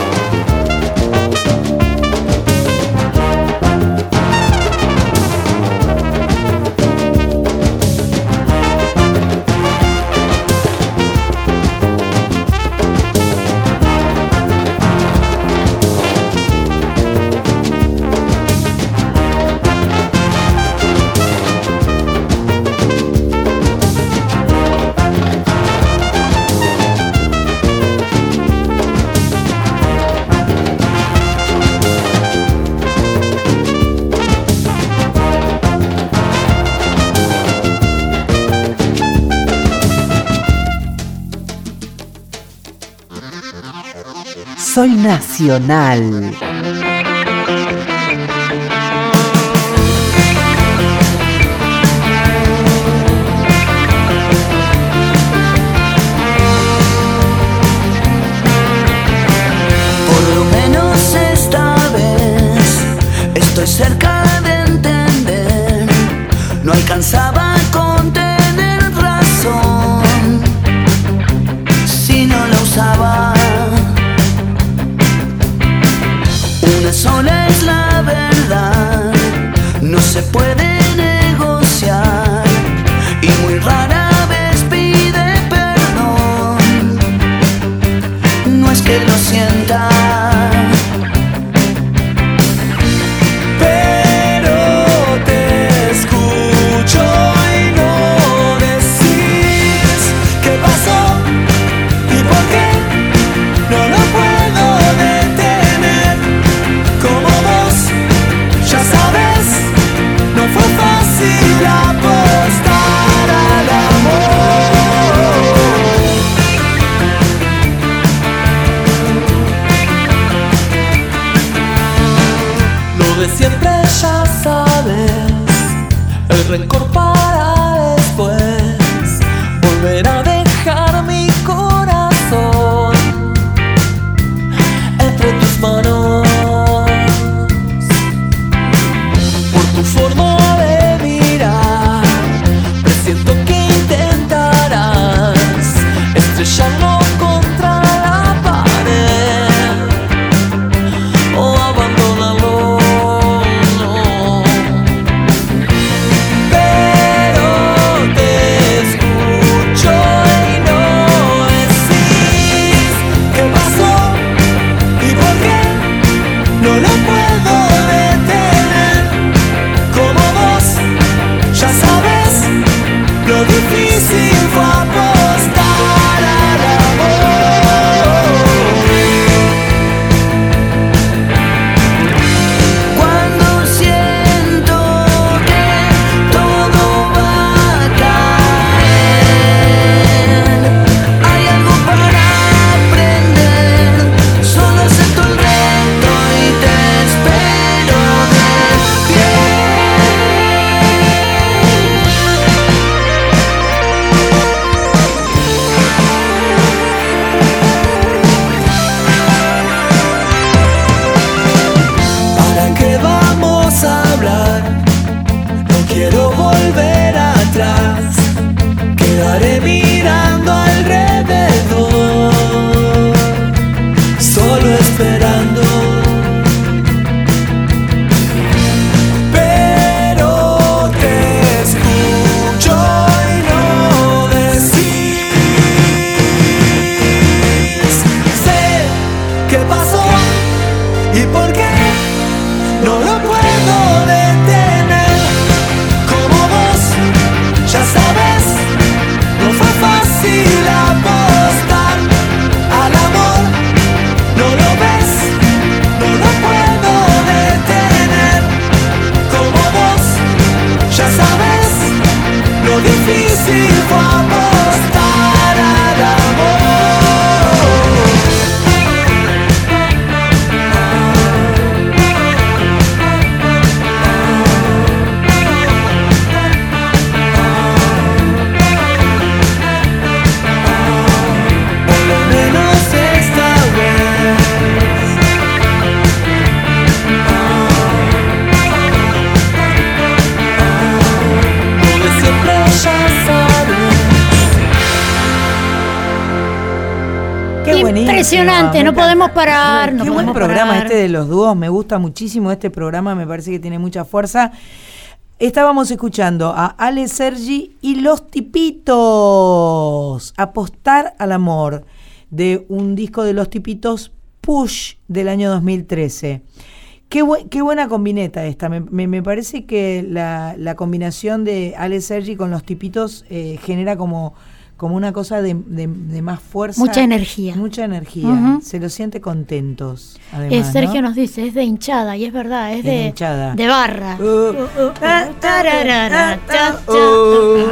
S6: Soy nacional.
S10: Por lo menos esta vez estoy cerca de entender. No alcanzaba a contener razón si no la usaba. Una sola es la verdad, no se puede negociar y muy rara vez pide perdón. No es que lo sienta, pero te escucho y no decís qué pasó y por qué. No lo puedo detener como vos, ya sabes, no fue fácil apostar al amor. Lo de siempre ya sabes, el rencor para después, volver a dejar mi corazón entre tus manos. Por tu forma de mirar, presiento que intentarás estrellarlo contra la pared o abandonarlo. No. Pero te escucho y no decís qué pasó y por qué. No lo puedo detener como vos, ya sabes, lo difícil fue apostar al amor. Cuando siento que todo va a caer, hay algo para aprender, solo acepto el reto y te espero de pie. ¿Para qué vamos a hablar? No quiero volver atrás. Quedaré mirando alrededor, solo esperando. Pero te escucho y no decís. Sé qué pasó y por qué. No lo puedo detener como vos, ya sabes, no fue fácil apostar al amor. No lo ves, no lo puedo detener como vos, ya sabes, lo difícil fue apostar al amor. Por lo menos esta vez. Lo de siempre ya sabes.
S1: Qué buenísimo,
S2: Impresionante,
S1: me
S2: no
S1: encanta.
S2: podemos parar. No
S1: Qué buen
S2: podemos
S1: programa
S2: parar.
S1: este de los dúos, me gusta muchísimo este programa, me parece que tiene mucha fuerza. Estábamos escuchando a Ale Sergi y Los Tipitos, Apostar al Amor, de un disco de Los Tipitos, Push, del año dos mil trece. Qué, bu- qué buena combineta esta, me, me, me parece que la, la combinación de Ale Sergi con Los Tipitos eh, genera como, como una cosa de, de, de más fuerza.
S2: Mucha energía.
S1: Mucha energía,
S2: Ujú.
S1: se los siente contentos,
S2: Eh,
S1: además,
S2: Sergio
S1: ¿no?
S2: nos dice, es de hinchada, y es verdad, es,
S1: Es
S2: de,
S1: de hinchada.
S2: de barra.
S1: Uh, uh,
S2: Ta- tararara, cha, cha,
S1: uh,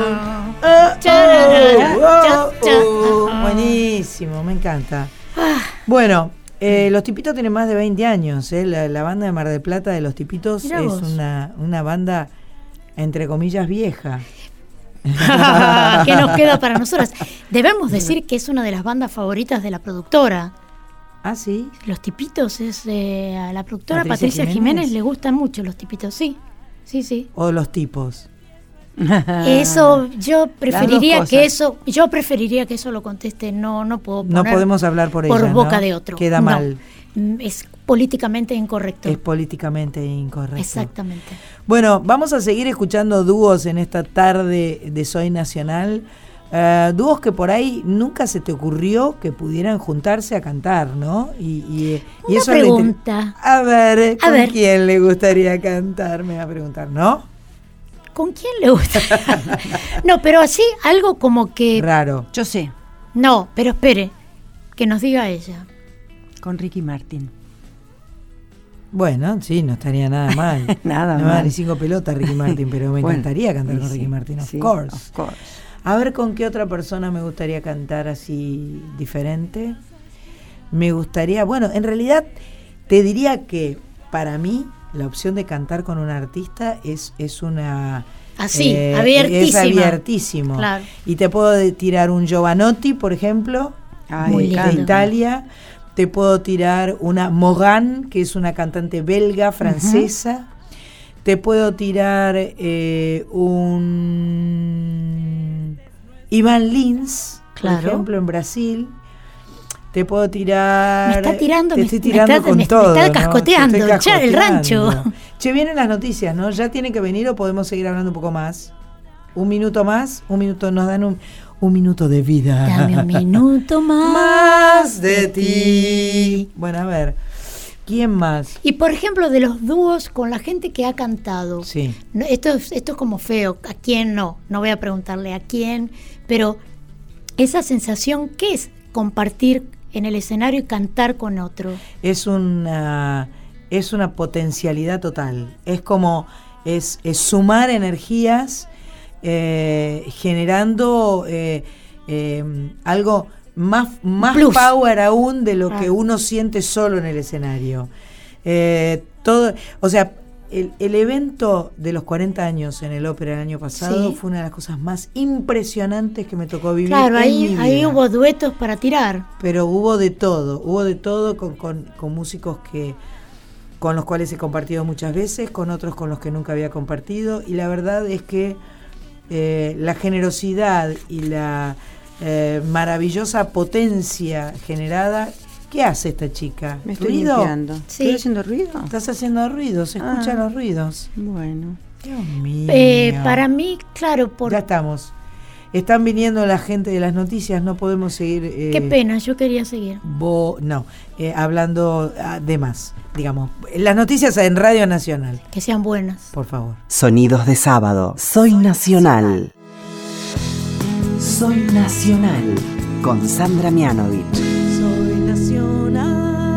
S2: chararara,
S1: uh,
S2: cha, cha.
S1: uh, buenísimo, me encanta. Bueno, Eh, los Tipitos tienen más de veinte años. Eh. La, la banda de Mar del Plata de Los Tipitos
S2: Mirá
S1: es
S2: vos.
S1: una, una banda, entre comillas, vieja.
S2: ¿Qué nos queda para nosotras? Debemos decir que es una de las bandas favoritas de la productora.
S1: Ah, sí.
S2: Los Tipitos es eh, a la productora
S1: Patricia
S2: Patricia, Jiménez.
S1: Jiménez
S2: le gustan mucho los Tipitos, sí. Sí, sí.
S1: O Los Tipos.
S2: Eso yo preferiría
S1: cosas.
S2: que eso yo preferiría que eso lo conteste, no no puedo
S1: No
S2: poner
S1: podemos hablar por
S2: por
S1: ella,
S2: boca
S1: ¿no?
S2: de otro.
S1: Queda
S2: No.
S1: mal.
S2: Mm, Es políticamente incorrecto.
S1: Es políticamente incorrecto.
S2: Exactamente.
S1: Bueno, vamos a seguir escuchando dúos en esta tarde de Soy Nacional. Uh, dúos que por ahí nunca se te ocurrió que pudieran juntarse a cantar, ¿no? Y, y, y
S2: Una
S1: eso es lo inter-
S2: pregunta.
S1: A ver,
S2: A
S1: ¿con
S2: ver.
S1: quién le gustaría cantar? Me va a preguntar, ¿no?
S2: ¿Con quién le gusta? No, pero así algo como que
S1: Raro.
S11: Yo sé,
S2: no, pero espere, que nos diga ella.
S11: con Ricky Martin.
S1: Bueno, sí, no estaría nada mal.
S11: Nada
S1: no me da
S11: mal.
S1: ni cinco pelotas Ricky Martin, pero me
S11: Bueno,
S1: encantaría cantar
S11: sí,
S1: con Ricky
S11: sí,
S1: Martin, of
S11: sí,
S1: course.
S11: of course.
S1: A ver con qué otra persona me gustaría cantar así diferente. Me gustaría, bueno, en realidad te diría que para mí la opción de cantar con un artista es, es una...
S2: Así,
S1: eh,
S2: abiertísima.
S1: Es abiertísimo.
S2: Claro.
S1: Y te puedo de- tirar un Giovanotti, por ejemplo,
S11: Ay,
S2: Muy
S1: de
S2: lindo.
S1: Italia. Te puedo tirar una Morgan, que es una cantante belga, francesa. Te puedo tirar eh, un Ivan Lins,
S2: Claro.
S1: por ejemplo, en Brasil. Te puedo tirar...
S2: Me está tirando,
S1: te
S2: me-
S1: estoy
S2: me
S1: tirando
S2: está-
S1: con
S2: me- me
S1: todo,
S2: está
S1: ¿no? Te
S2: cascoteando,
S1: estoy
S2: ya, el rancho.
S1: cascoteando. Che, vienen las noticias, ¿no? ¿Ya tiene que venir o podemos seguir hablando un poco más? ¿Un minuto más? Un minuto, nos dan un, un minuto de vida.
S2: Dame un minuto más.
S1: Más de ti. Bueno, a ver, ¿quién más?
S2: Y por ejemplo, de los dúos con la gente que ha cantado.
S1: Sí.
S2: No, esto, es, esto es como feo. ¿A quién no? No voy a preguntarle a quién. Pero esa sensación, ¿qué es compartir en el escenario y cantar con otro?
S1: Es una, es una potencialidad total. Es como, es, es sumar energías eh, generando eh, eh, algo más, más
S2: Plus.
S1: power aún de lo
S2: Ah.
S1: que uno siente solo en el escenario. Eh, todo, o sea, el, el evento de los cuarenta años en el ópera el año pasado
S2: Sí.
S1: fue una de las cosas más impresionantes que me tocó vivir.
S2: Claro,
S1: en
S2: ahí,
S1: mi
S2: ahí
S1: vida.
S2: hubo duetos para tirar.
S1: Pero hubo de todo, hubo de todo con, con, con músicos que con los cuales he compartido muchas veces, con otros con los que nunca había compartido, y la verdad es que eh, la generosidad y la eh, maravillosa potencia generada. ¿Qué hace esta chica?
S11: Me estoy
S1: ¿Ruido?
S11: limpiando.
S2: Sí.
S11: ¿Estoy haciendo ruido?
S1: Estás haciendo ruido, se escuchan
S11: Ah.
S1: los ruidos.
S11: Bueno.
S1: Dios mío.
S2: Eh, para mí, claro, por
S1: Ya estamos. Están viniendo la gente de las noticias, no podemos seguir. eh,
S2: qué pena, yo quería seguir.
S1: Bo- no, eh, hablando ah, de más, digamos. Las noticias en Radio Nacional,
S2: Que sean buenas.
S1: por favor.
S6: Sonidos de sábado. Soy Nacional. Soy Nacional. Con Sandra Mianovich.
S3: Soy nacional.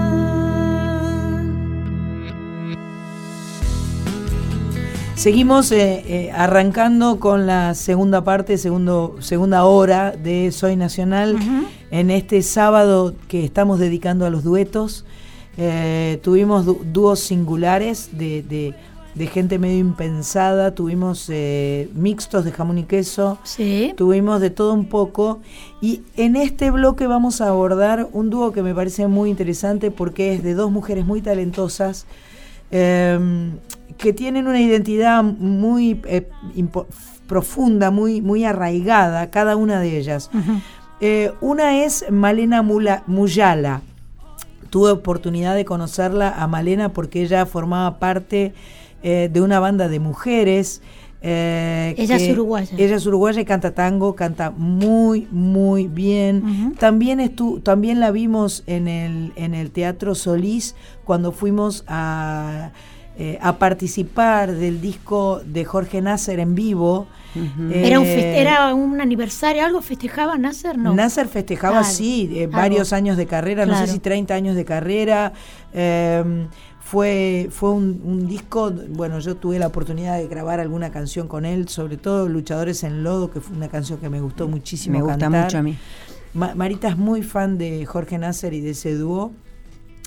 S1: Seguimos eh, eh, arrancando con la segunda parte, segundo, segunda hora de Soy Nacional.
S2: Ujú.
S1: En este sábado que estamos dedicando a los duetos, eh, tuvimos du- dúos singulares de, de, de gente medio impensada, tuvimos eh, mixtos de jamón y queso,
S2: Sí.
S1: tuvimos de todo un poco, y en este bloque vamos a abordar un dúo que me parece muy interesante porque es de dos mujeres muy talentosas, eh, que tienen una identidad muy eh, impo- profunda, muy, muy arraigada, cada una de ellas.
S2: Ujú.
S1: Eh, una es Malena Mula- Muyala. Tuve oportunidad de conocerla a Malena porque ella formaba parte eh, de una banda de mujeres. eh,
S2: Ella es
S1: que-
S2: uruguaya.
S1: Ella es uruguaya y canta tango, canta muy, muy bien.
S2: Ujú.
S1: También, estu también la vimos en el, en el Teatro Solís cuando fuimos a, eh, a participar del disco de Jorge Nasser en vivo. Eh,
S2: Era un, feste- era un aniversario, ¿algo festejaba Nasser? No.
S1: Nasser festejaba,
S2: Claro,
S1: sí, eh,
S2: algo.
S1: varios años de carrera, no
S2: Claro.
S1: sé si treinta años de carrera. eh, fue fue un, un disco, bueno, yo tuve la oportunidad de grabar alguna canción con él, sobre todo Luchadores en Lodo, que fue una canción que me gustó muchísimo
S11: Me gusta
S1: cantar.
S11: mucho a mí.
S1: Ma- Marita es muy fan de Jorge Nasser y de ese dúo.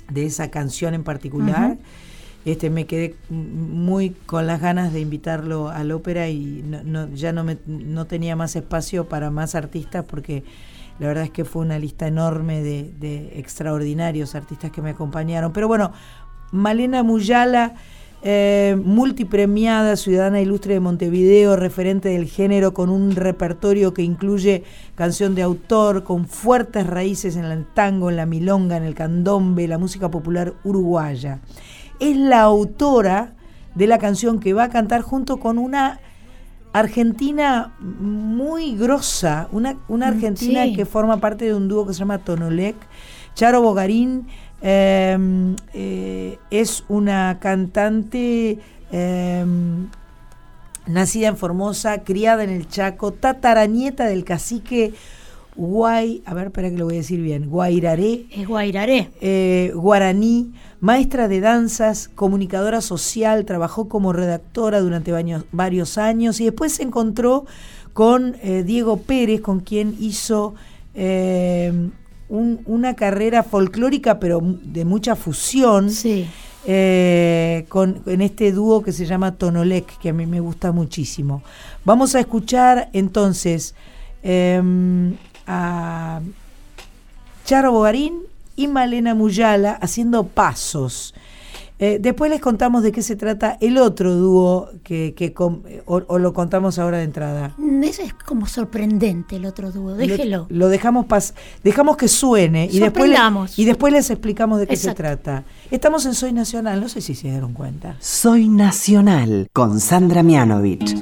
S1: de esa canción en particular. Uh-huh. Este, me quedé muy con las ganas de invitarlo al ópera y no, no, ya no, me, no tenía más espacio para más artistas porque la verdad es que fue una lista enorme de, de extraordinarios artistas que me acompañaron. Pero bueno, Malena Muyala, eh, multipremiada, ciudadana ilustre de Montevideo, referente del género con un repertorio que incluye canción de autor, con fuertes raíces en el tango, en la milonga, en el candombe, la música popular uruguaya. Es la autora de la canción que va a cantar junto con una argentina muy grosa, una, una argentina sí. que forma parte de un dúo que se llama Tonolec. Charo Bogarín eh, eh, es una cantante eh, nacida en Formosa, criada en el Chaco, tataranieta del cacique Guay, a ver, espera que lo voy a decir bien, Guairaré.
S2: Es Guairaré.
S1: Eh, guaraní, maestra de danzas, comunicadora social, trabajó como redactora durante varios, varios años y después se encontró con eh, Diego Pérez, con quien hizo eh, un, una carrera folclórica, pero de mucha fusión.
S2: Sí.
S1: Eh, con, en este dúo que se llama Tonolec, que a mí me gusta muchísimo. Vamos a escuchar entonces Eh, a Charo Bogarín y Malena Muyala haciendo Pasos. Eh, después les contamos de qué se trata el otro dúo que, que com, o, o lo contamos ahora de entrada.
S2: Ese es como sorprendente el otro dúo, déjelo.
S1: Lo, lo dejamos pas, dejamos que suene y después, le, y después les explicamos de qué Exacto. se trata. Estamos en Soy Nacional, no sé si se dieron cuenta.
S6: Soy Nacional con Sandra Mianovich.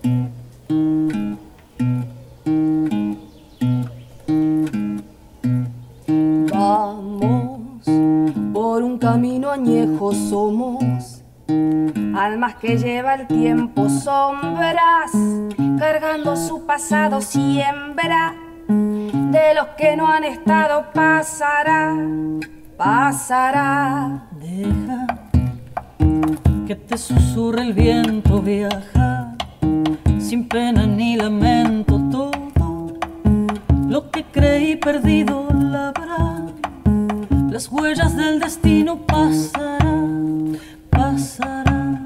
S12: Vamos por un camino añejo, somos almas que lleva el tiempo, sombras cargando su pasado, siembra de los que no han estado. Pasará, pasará.
S10: Deja que te susurre el viento, viaja sin pena ni lamento. Todo lo que creí perdido labrá, las huellas del destino pasará, pasará.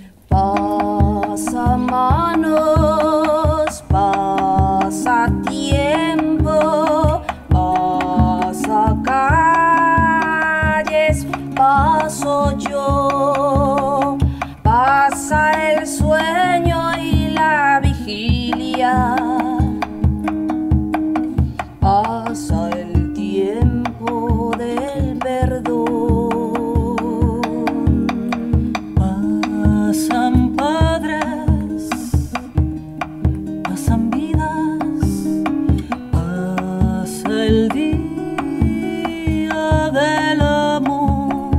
S12: Pasa manos, pasa tiempo, pasa calles, paso yo, pasa el sueño y la vigilia. Pasa el tiempo del perdón.
S10: Pasan padres, pasan vidas, pasa el día del amor.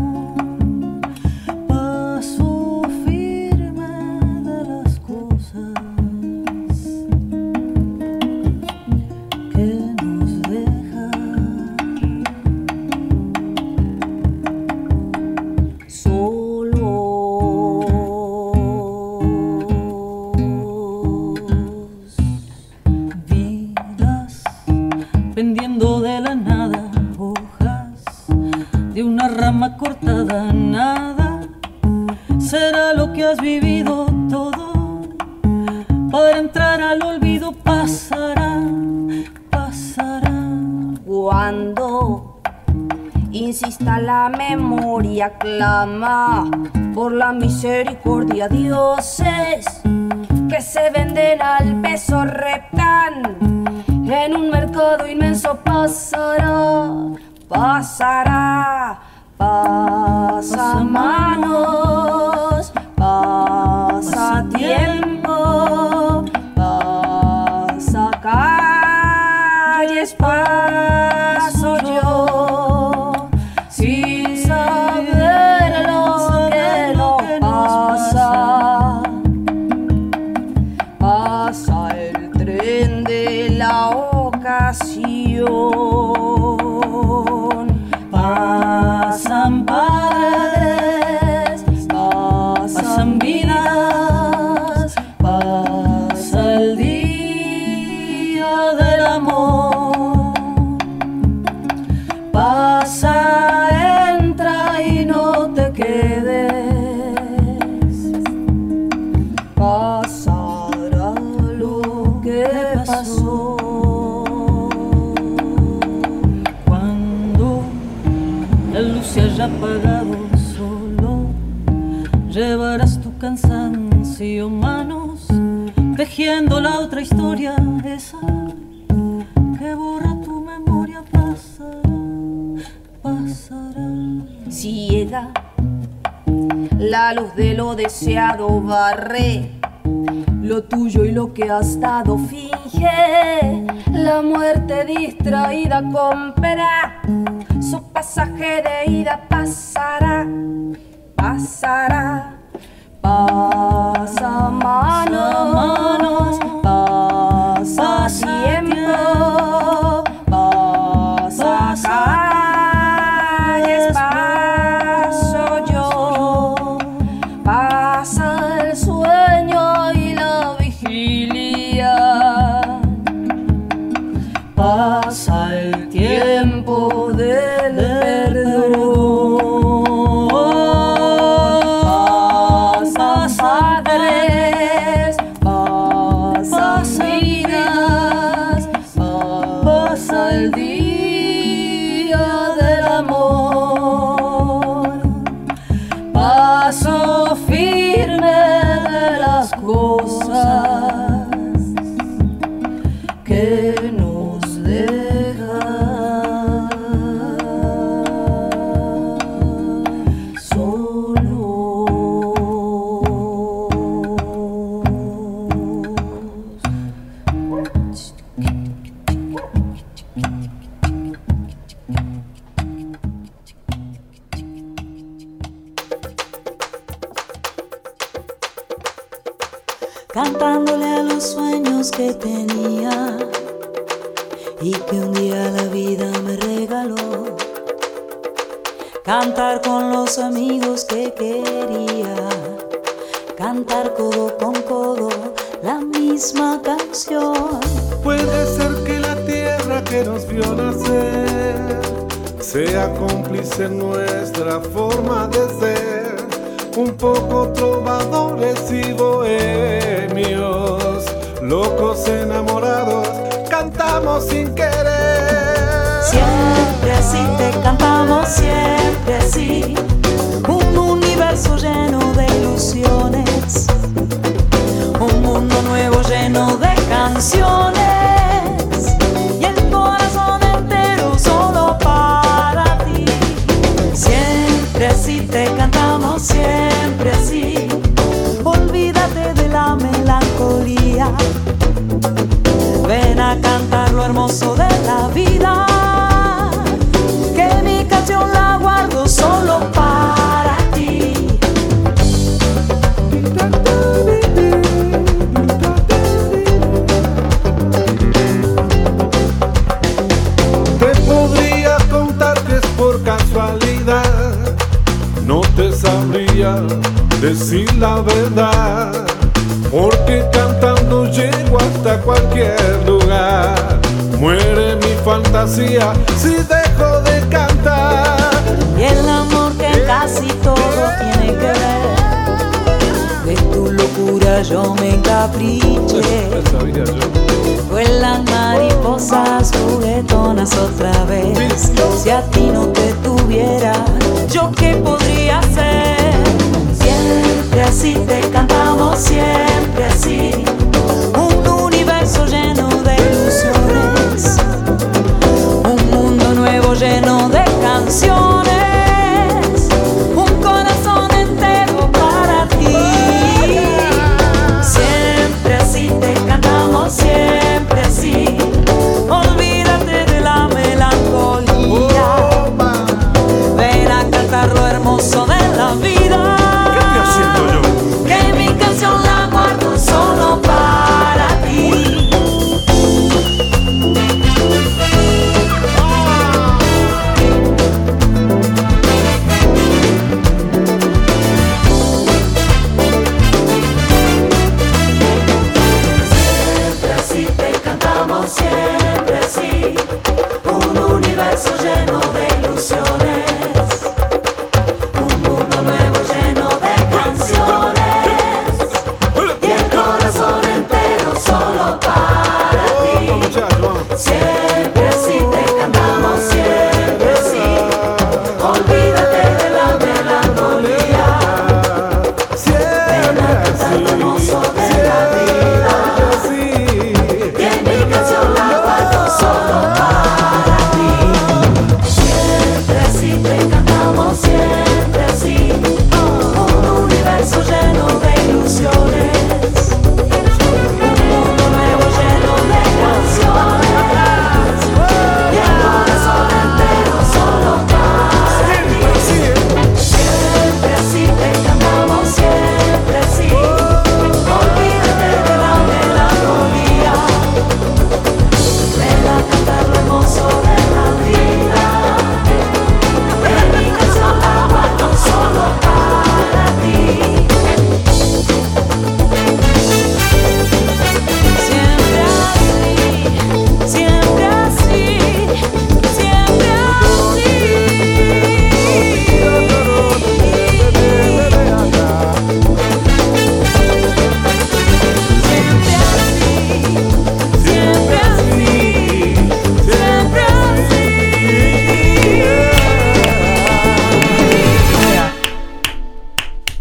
S10: Paso firme de las cosas que pendiendo de la nada, hojas de una rama cortada, nada será lo que has vivido, todo para entrar al olvido. Pasará, pasará.
S12: Cuando insista la memoria, clama por la misericordia. Dioses que se venden al peso reptan en un mercado inmenso. Pasará, pasará, pasa manos, pasa tiempo, pasa calles, paso yo, sin saber lo que no pasa. Pasa el tren de la ocasión, pasan padres, pasan vidas, pasa el día del amor, pasa entra
S10: haya apagado solo, llevarás tu cansancio, manos, tejiendo la otra historia, esa que borra tu memoria, pasará, pasará.
S12: Ciega, la luz de lo deseado barré lo tuyo y lo que has dado, finge la muerte distraída, compra su pasaje de ida, pasará, pasará. Pasa manos, pasa tiempo, pasa calles, paso yo, pasa el sueño y la vigilia, pasa el tiempo del perdón.
S3: Cantándole a los sueños que tenía y que un día la vida me regaló. Cantar con los amigos que quería, cantar codo con codo la misma canción.
S13: Puede ser que la tierra que nos vio nacer sea cómplice en nuestra forma de ser, un poco trovadores y bohemios, locos enamorados, cantamos sin querer.
S3: Siempre así te cantamos, siempre así, un universo lleno de ilusiones, un mundo nuevo lleno de canciones, y el corazón entero solo para ti. Siempre así te cantamos, siempre así, olvídate de la melancolía, ven a cantar lo hermoso de la vida, que mi canción la guardo solo para ti.
S13: Te podría contar que es por casualidad, no te sabría decir la verdad, porque cantando llego hasta cualquier lugar. Muere mi fantasía si dejo de cantar.
S3: Y el amor que casi todo tiene que ver, de tu locura yo me encapriché. Vuelan mariposas juguetonas otra vez. Si a ti no te tuviera, ¿yo qué podría hacer? Siempre así te cantamos, siempre así, un universo lleno de ilusiones, un mundo nuevo lleno de canciones, un corazón entero para ti. Siempre así te cantamos, siempre así, olvídate de la melancolía, ven a cantar lo hermoso de la vida. Que mi canción la guardo solo para ti.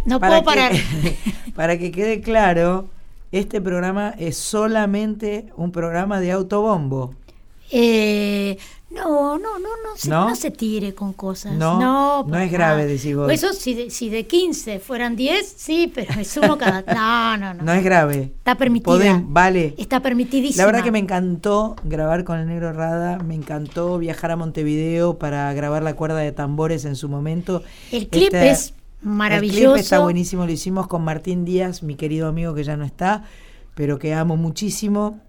S2: No
S1: para
S2: puedo parar.
S1: Que, para que quede claro, este programa es solamente un programa de autobombo.
S2: Eh, no, no, no, no se,
S1: ¿No?
S2: no se tire con cosas.
S1: No,
S2: no,
S1: no es grave, decís vos.
S2: Eso si de, si de quince fueran diez, sí, pero es uno cada... No, no, no.
S1: No es grave.
S2: Está permitida.
S1: Podem- vale.
S2: Está permitidísima.
S1: La verdad que me encantó grabar con el Negro Rada, me encantó viajar a Montevideo para grabar La Cuerda de Tambores en su momento.
S2: El clip
S1: Este,
S2: es maravilloso.
S1: El clip está buenísimo, lo hicimos con Martín Díaz, mi querido amigo que ya no está, pero que amo muchísimo.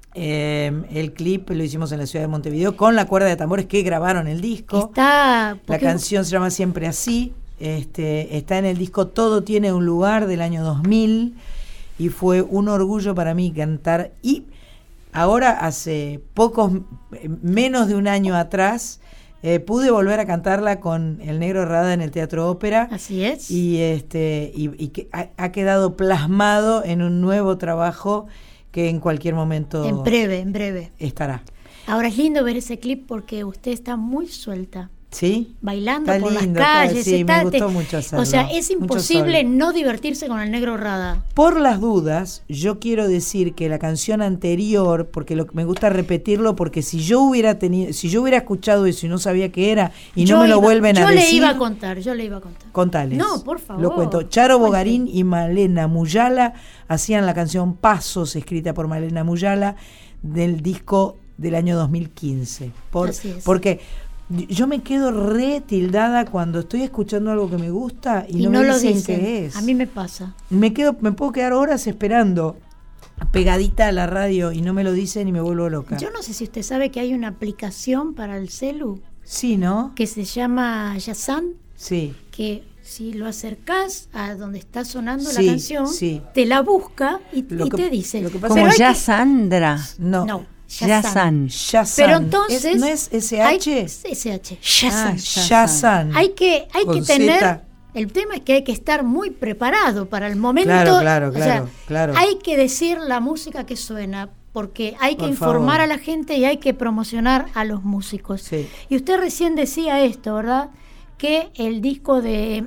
S1: Eh, el clip lo hicimos en la ciudad de Montevideo con La Cuerda de Tambores que grabaron el disco.
S2: Está...
S1: La canción se llama Siempre Así. Este, está en el disco Todo Tiene un Lugar del año dos mil y fue un orgullo para mí cantar. Y ahora, hace pocos, menos de un año atrás, eh, pude volver a cantarla con el Negro Rada en el Teatro Ópera.
S2: Así es.
S1: Y, este, y, y que ha, ha quedado plasmado en un nuevo trabajo que en cualquier momento
S2: En breve, en breve.
S1: estará.
S2: Ahora es lindo ver ese clip porque usted está muy suelta.
S1: ¿Sí?
S2: Bailando
S1: Está
S2: por
S1: lindo,
S2: las
S1: está-
S2: calles.
S1: sí,
S2: está-
S1: me gustó
S2: te-
S1: mucho hacerlo.
S2: O sea, es
S1: Mucho
S2: imposible
S1: sol.
S2: no divertirse con el Negro Rada.
S1: Por las dudas, yo quiero decir que la canción anterior, porque lo, me gusta repetirlo, porque si yo hubiera tenido, si yo hubiera escuchado eso y no sabía qué era y
S2: Yo
S1: no me lo
S2: iba-
S1: vuelven a
S2: Yo
S1: decir,
S2: le iba a contar, yo le iba a contar.
S1: contales.
S2: No, por favor.
S1: Lo cuento. Charo Bogarín y Malena Muyala hacían la canción Pasos, escrita por Malena Muyala, del disco del año dos mil quince. Por,
S2: Así es.
S1: Porque yo me quedo re tildada cuando estoy escuchando algo que me gusta y,
S2: Y
S1: no,
S2: no
S1: me
S2: lo
S1: dicen
S2: dicen.
S1: qué es.
S2: A mí me pasa.
S1: Me quedo, me puedo quedar horas esperando pegadita a la radio y no me lo dicen y me vuelvo loca.
S2: Yo no sé si usted sabe que hay una aplicación para el celu
S1: Sí, ¿no?
S2: que se llama Yazan,
S1: Sí.
S2: que si lo acercás a donde está sonando
S1: Sí,
S2: la canción,
S1: sí.
S2: te la busca y,
S1: Lo
S2: y
S1: que-
S2: te dice.
S1: lo que pasa
S2: Pero
S11: Como
S2: hay
S11: ya
S2: que-
S11: Sandra.
S1: No.
S2: No,
S11: Yazan.
S1: Shazam.
S2: Pero entonces
S1: ¿Es- ¿No es S H?
S2: hay- S H. Shazam.
S11: Ah,
S1: Shazam.
S2: Hay que, hay
S1: Con
S2: que tener.
S1: Z.
S2: El tema es que hay que estar muy preparado para el momento.
S1: Claro, claro,
S2: o sea,
S1: claro, claro.
S2: Hay que decir la música que suena, porque hay que
S1: Por
S2: informar
S1: favor.
S2: a la gente y hay que promocionar a los músicos.
S1: Sí.
S2: Y usted recién decía esto, ¿verdad? Que el disco de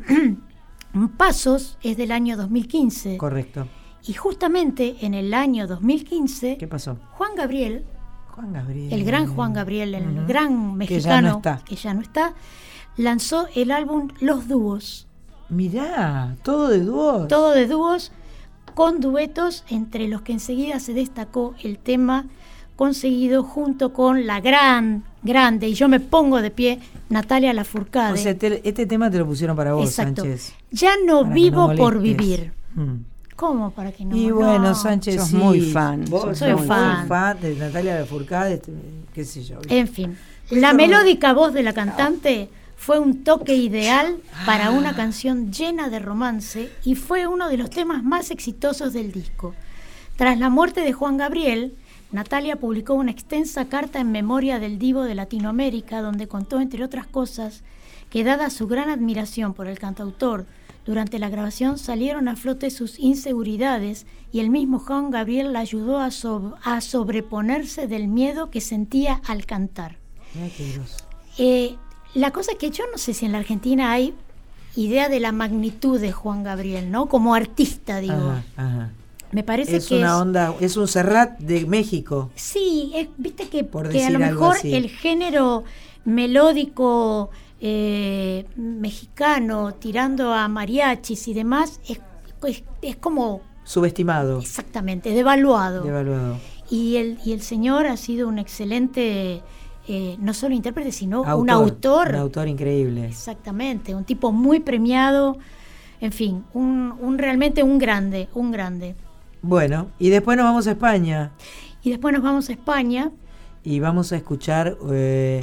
S2: Pasos es del año dos mil quince.
S1: Correcto.
S2: Y justamente en el año dos mil quince,
S1: ¿Qué pasó?
S2: Juan Gabriel,
S1: Juan Gabriel.
S2: el gran Juan Gabriel, el
S1: Ujú.
S2: gran
S1: Que ya
S2: mexicano
S1: no está.
S2: que ya no está, lanzó el álbum Los Dúos.
S1: Mirá, todo de dúos.
S2: Todo de dúos con duetos, entre los que enseguida se destacó el tema conseguido junto con la gran, grande, y yo me pongo de pie, Natalia Lafourcade.
S1: O sea, te- este tema te lo pusieron para vos,
S2: Exacto.
S1: Sánchez.
S2: Ya no
S1: Para que
S2: vivo
S1: no
S2: por
S1: molestes.
S2: vivir.
S1: Mm.
S2: ¿Cómo para que no?
S1: Y
S2: No.
S1: bueno, Sánchez,
S11: Sos
S1: sí.
S11: muy fan,
S1: Vos
S11: sos
S2: Soy
S1: sos muy
S2: fan.
S1: fan de Natalia Lafourcade, este, qué sé yo.
S2: En fin, la melódica voz de la cantante fue un toque ideal para una canción llena de romance y fue uno de los temas más exitosos del disco. Tras la muerte de Juan Gabriel, Natalia publicó una extensa carta en memoria del divo de Latinoamérica, donde contó, entre otras cosas, que dada su gran admiración por el cantautor, durante la grabación salieron a flote sus inseguridades y el mismo Juan Gabriel la ayudó a, so- a sobreponerse del miedo que sentía al cantar.
S1: Mirá qué groso.
S2: Eh, la cosa es que yo no sé si en la Argentina hay idea de la magnitud de Juan Gabriel, ¿no? Como artista, digo.
S1: Ajá, ajá.
S2: Me parece
S1: Es
S2: que
S1: una
S2: es,
S1: onda, es un Serrat de México.
S2: sí, es- viste que,
S1: Por
S2: que a lo
S1: decir algo
S2: mejor
S1: así.
S2: el género melódico eh, mexicano tirando a mariachis y demás es, es, es como
S1: Subestimado.
S2: exactamente devaluado.
S1: Devaluado.
S2: Y el, y el señor ha sido un excelente, eh, no solo intérprete, sino un
S1: Un
S2: autor.
S1: autor increíble.
S2: Exactamente, un tipo muy premiado, en fin, un, un realmente un grande, un grande.
S1: Bueno, y después nos vamos a España
S2: Y después nos vamos a España.
S1: y vamos a escuchar eh,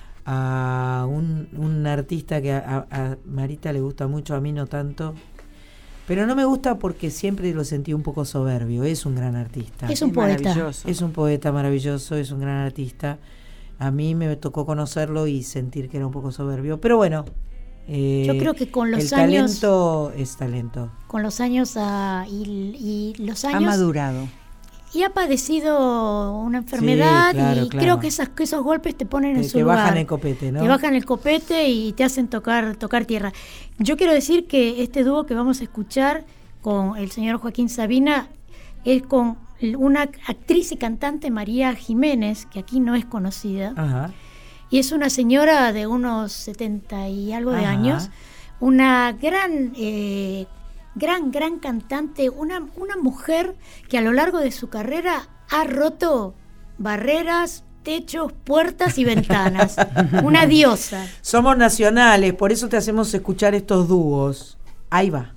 S1: a un, un artista que a, a- a Marita le gusta mucho, a mí no tanto. Pero no me gusta porque siempre lo sentí un poco soberbio. Es un gran artista.
S2: Es un poeta.
S11: maravilloso.
S1: Es un poeta maravilloso, es un gran artista. A mí me tocó conocerlo y sentir que era un poco soberbio. Pero bueno, eh,
S2: Yo creo que con los
S1: el
S2: años-
S1: talento es talento.
S2: Con los años ah, y, y los
S11: Ha
S2: años
S11: madurado.
S2: y ha padecido una enfermedad,
S1: sí, claro,
S2: y
S1: claro.
S2: creo que, esas, que esos golpes te ponen
S1: te,
S2: en su
S1: te
S2: lugar.
S1: Te bajan el copete, ¿no?
S2: Te bajan el copete y te hacen tocar, tocar tierra. Yo quiero decir que este dúo que vamos a escuchar con el señor Joaquín Sabina es con una actriz y cantante, María Jiménez, que aquí no es conocida.
S1: Ajá.
S2: Y es una señora de unos setenta y algo de
S1: Ajá.
S2: años, una gran, eh, gran, gran cantante, una, una mujer que a lo largo de su carrera ha roto barreras, techos, puertas y ventanas. Una diosa.
S1: Somos nacionales, por eso te hacemos escuchar estos dúos. Ahí va.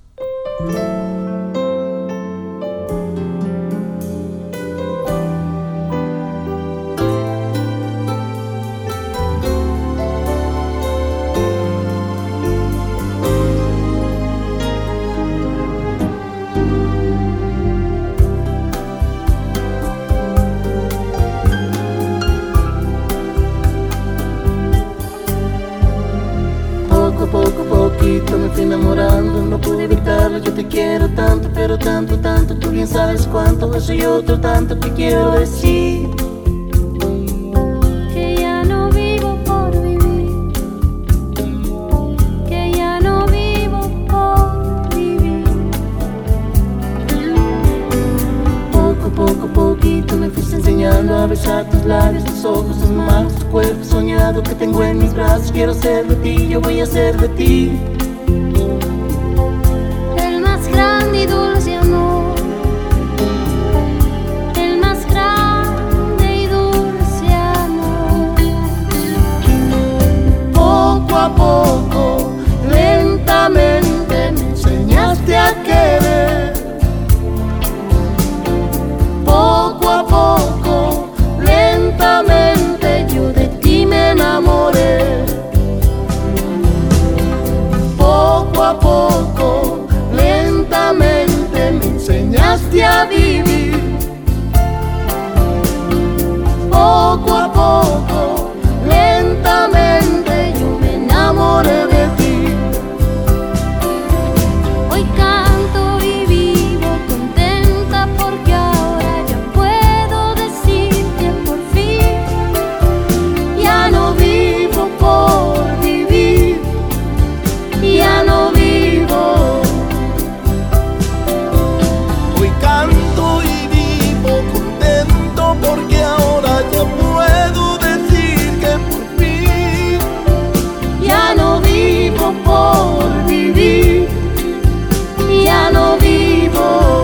S14: Me fui enamorando, no pude evitarlo. Yo te quiero tanto, pero tanto, tanto. Tú bien sabes cuánto, eso y otro tanto te quiero decir.
S15: Que ya no vivo por vivir, que ya no vivo por vivir.
S14: Poco, poco, poquito me fuiste enseñando a besar tus labios, tus ojos, tus manos, tu cuerpo soñado que tengo en mis brazos. Quiero ser de ti, yo voy a ser de ti.
S15: Grande y dulce amor, el más grande y dulce amor.
S14: Poco a poco, lentamente me enseñaste a querer. Poco a poco, lentamente yo de ti me enamoré. Poco a poco, lentamente me enseñaste a vivir. Poco a poco, lentamente yo me enamoré de ti.
S15: Hoy canto y vivo contenta porque ahora ya puedo decir que por fin
S14: ya no vivo por vivir, ya no vivo.
S5: Canto y vivo contento porque ahora ya puedo decir que por fin
S14: ya no vivo por vivir, ya no vivo.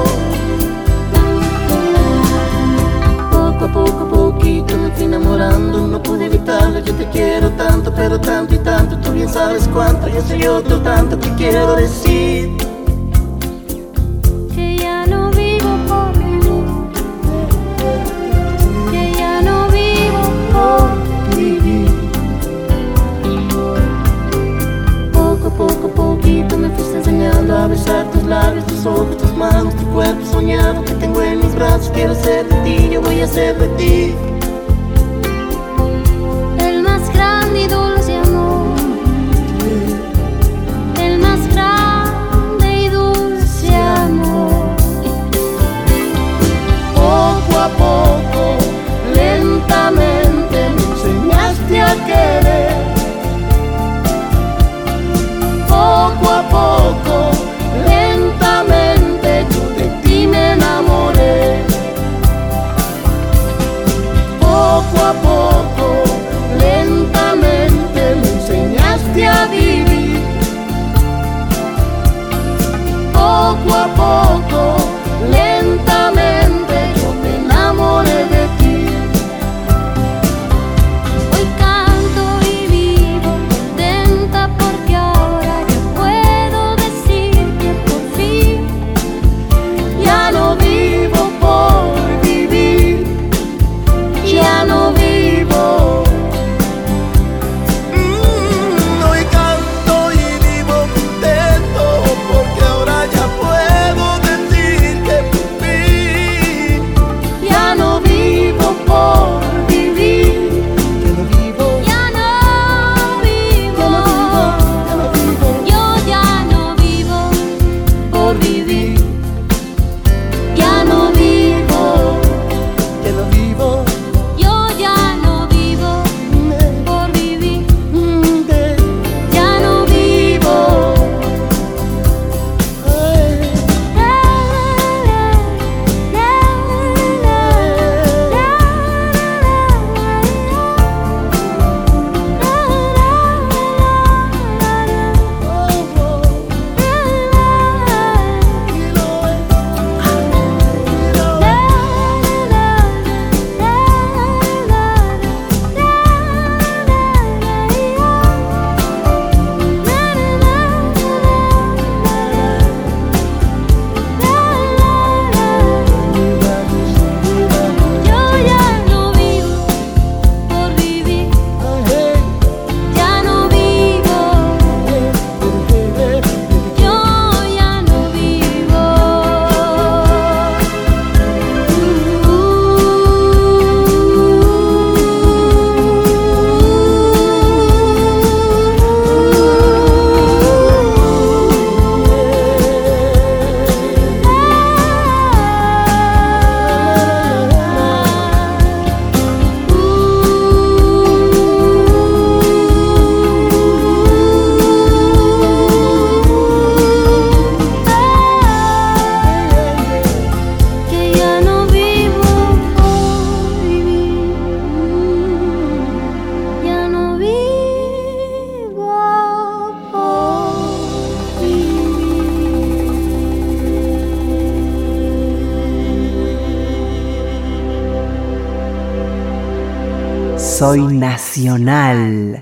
S14: Poco a poco, poquito me fui enamorando, no pude evitarlo. Yo te quiero tanto, pero tanto y tanto. Tú bien sabes cuánto, yo soy otro tanto que quiero decir. Poco a poquito me fuiste enseñando a besar tus labios, tus ojos, tus manos, tu cuerpo soñado que tengo en mis brazos. Quiero ser de ti, yo voy a ser de ti.
S15: El más grande y dulce amor, el más grande
S6: Soy nacional.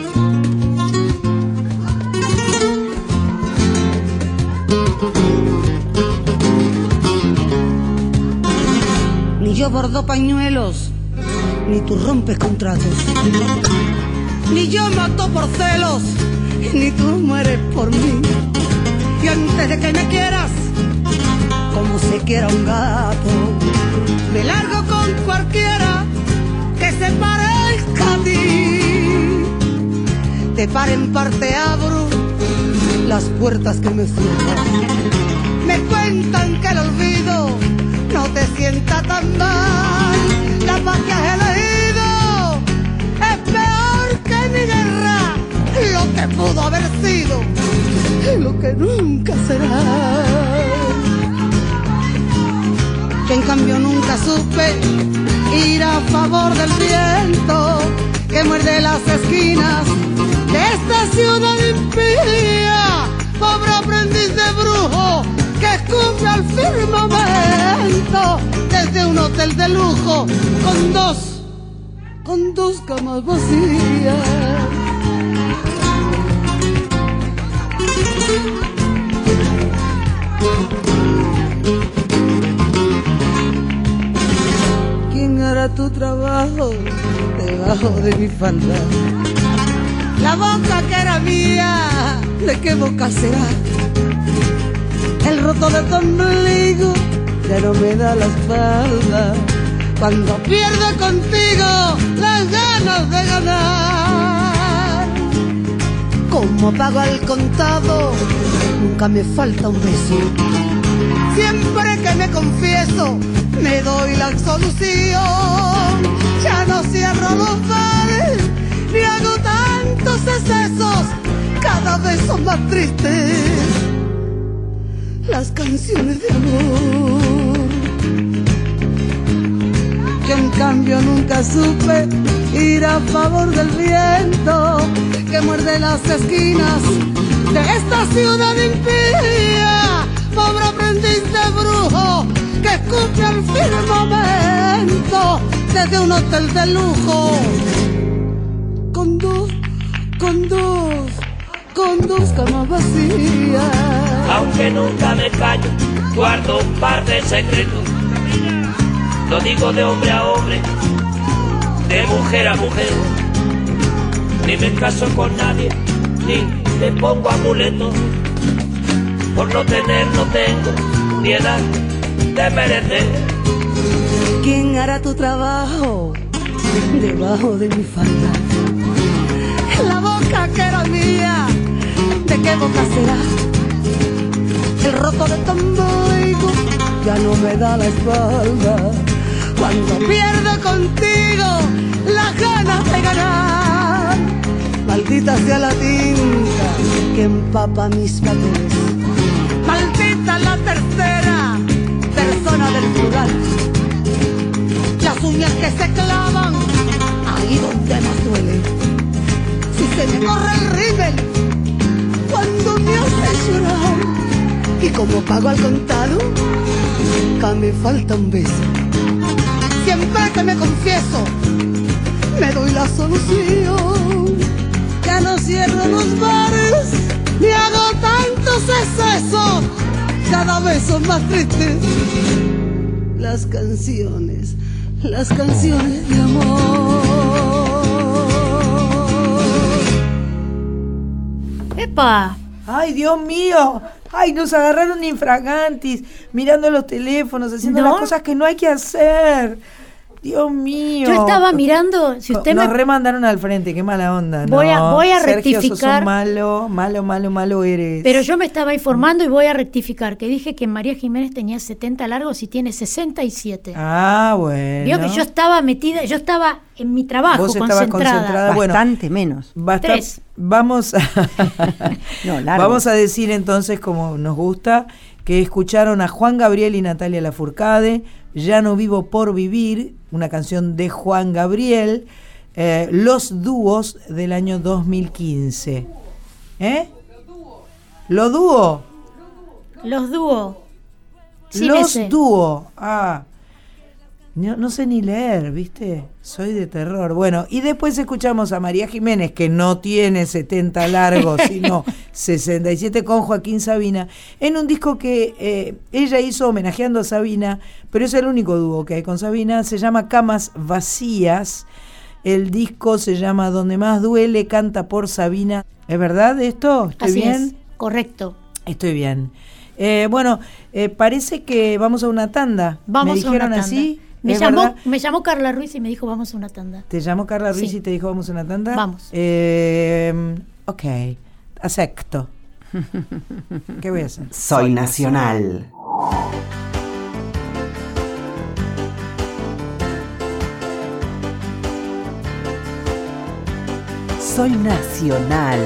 S16: Ni yo bordo pañuelos, ni tú rompes contratos, ni yo mato por celos, ni tú mueres por mí. Y antes de que me quieras, como se quiera un gato, me largo con cualquiera que se parezca a ti. De par en par te abro las puertas que me cierran. Me cuentan que el olvido no te sienta tan mal. La paz que has elegido es peor que mi guerra. Lo que pudo haber sido, lo que nunca será. Yo en cambio nunca supe ir a favor del viento que muerde las esquinas de esta ciudad impía. Pobre aprendiz de brujo que escupe al firmamento desde un hotel de lujo con dos, con dos camas vacías. ¿Quién hará tu trabajo debajo de mi falda? La boca que era mía, ¿de qué boca será? El roto de tu ombligo ya no me da la espalda cuando pierdo contigo las ganas de ganar. Como pago al contado, nunca me falta un beso. Siempre que me confieso, me doy la absolución. Ya no cierro los bares, ni hago tantos excesos. Cada vez son más tristes las canciones de amor. Yo en cambio nunca supe ir a favor del viento que muerde las esquinas de esta ciudad impía. Pobre aprendiz de brujo que escupe al firmamento desde un hotel de lujo con dos, con dos, con dos camas vacías.
S17: Aunque nunca me callo, guardo un par de secretos. Lo digo de hombre a hombre, de mujer a mujer. Ni me caso con nadie, ni le pongo amuletos. Por no tener no tengo ni edad de merecer.
S16: ¿Quién hará tu trabajo debajo de mi falda? La boca que era mía, ¿de qué boca será? El roto de tu ombligo ya no me da la espalda cuando pierdo contigo las ganas de ganar. Maldita sea la tinta que empapa mis papeles. Maldita la tercera persona del plural. Las uñas que se clavan ahí donde más duele. Si se me corre el rímel cuando me hace llorar. Y como pago al contado, nunca me falta un beso. Siempre que me confieso, me doy la solución. Ya no cierro los bares, ni hago tantos excesos. Cada vez son más tristes las canciones, las canciones de amor.
S2: ¡Epa!
S1: ¡Ay, Dios mío! ¡Ay, nos agarraron infragantis! Mirando los teléfonos, haciendo
S2: ¿No?
S1: las cosas que no hay que hacer. Dios mío.
S2: Yo estaba mirando, si usted
S1: Nos
S2: me...
S1: remandaron al frente, qué mala onda.
S2: Voy a-
S1: no,
S2: voy a
S1: Sergio, sos
S2: rectificar.
S1: un malo, malo, malo, malo eres.
S2: Pero yo me estaba informando y voy a rectificar que dije que María Jiménez tenía setenta largos y tiene sesenta y siete.
S1: Ah, bueno.
S2: Vio que yo estaba metida, yo estaba en mi trabajo,
S1: Vos estabas
S2: concentrada.
S1: concentrada. Bueno,
S11: Bastante menos.
S1: Basta-
S2: Tres.
S1: Vamos a,
S11: No, largo.
S1: vamos a decir entonces, como nos gusta, que escucharon a Juan Gabriel y Natalia Lafourcade, Ya no vivo por vivir, una canción de Juan Gabriel, eh, Los Dúos del año dos mil quince. ¿Eh? ¿Los dúos?
S2: Los dúos. Sin
S1: Los
S2: ese.
S1: dúos. Ah. No, no sé ni leer, ¿viste? Soy de terror. Bueno, y después escuchamos a María Jiménez, que no tiene setenta largos, sino sesenta y siete, con Joaquín Sabina, en un disco que eh, ella hizo homenajeando a Sabina, pero es el único dúo que hay con Sabina, se llama Camas Vacías. El disco se llama Donde Más Duele, canta por Sabina. ¿Es verdad esto? ¿Estoy
S2: Así
S1: bien?
S2: es, correcto.
S1: Estoy bien. Eh, bueno, eh, parece que vamos a una tanda.
S2: Vamos
S1: ¿Me dijeron
S2: a una tanda.
S1: así?
S2: Me
S1: ¿Es
S2: llamó,
S1: verdad?
S2: me llamó Carla Ruiz y me dijo vamos a una tanda.
S1: ¿Te llamó Carla Ruiz
S2: Sí.
S1: y te dijo vamos a una tanda?
S2: Vamos.
S1: Eh, ok, acepto. ¿Qué voy a hacer?
S6: Soy Nacional. Soy Nacional.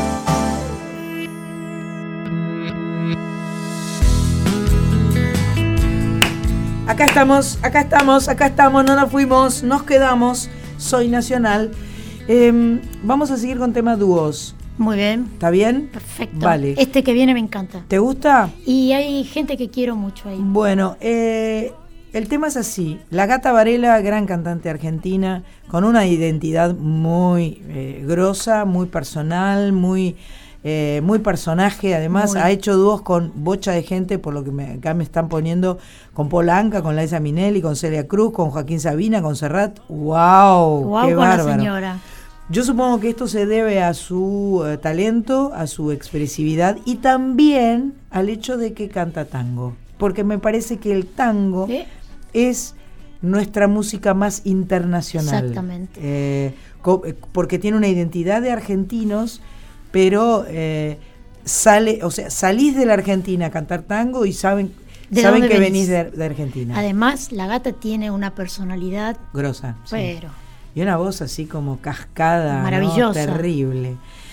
S1: Acá estamos, acá estamos, acá estamos, no nos fuimos, nos quedamos. Soy Nacional. Eh, vamos a seguir con temas dúos.
S2: Muy bien.
S1: ¿Está bien?
S2: Perfecto.
S1: Vale.
S2: Este que viene me encanta.
S1: ¿Te gusta?
S2: Y hay gente que quiero mucho ahí.
S1: Bueno, eh, el tema es así. La Gata Varela, gran cantante argentina, con una identidad muy eh, grosa, muy personal, muy... Eh, muy personaje, además
S2: Muy.
S1: ha hecho dúos con bocha de gente, por lo que me, acá me están poniendo, con Polanca, con Laisa Minelli, con Celia Cruz, con Joaquín Sabina, con Serrat. ¡Wow!
S2: Guau
S1: ¡Qué
S2: con la
S1: bárbaro!
S2: señora.
S1: Yo supongo que esto se debe a su eh, talento, a su expresividad y también al hecho de que canta tango, porque me parece que el tango
S2: ¿Sí?
S1: es nuestra música más internacional.
S2: Exactamente.
S1: Eh, co- eh, porque tiene una identidad de argentinos, pero eh, sale, o sea, salís de la Argentina a cantar tango y saben,
S2: ¿De
S1: saben
S2: dónde
S1: que
S2: venís?
S1: venís de, de Argentina.
S2: Además, la gata tiene una personalidad,
S1: Grosa. sí.
S2: pero
S1: Y una voz así como cascada, ¿no?
S2: Maravillosa.
S1: Terrible.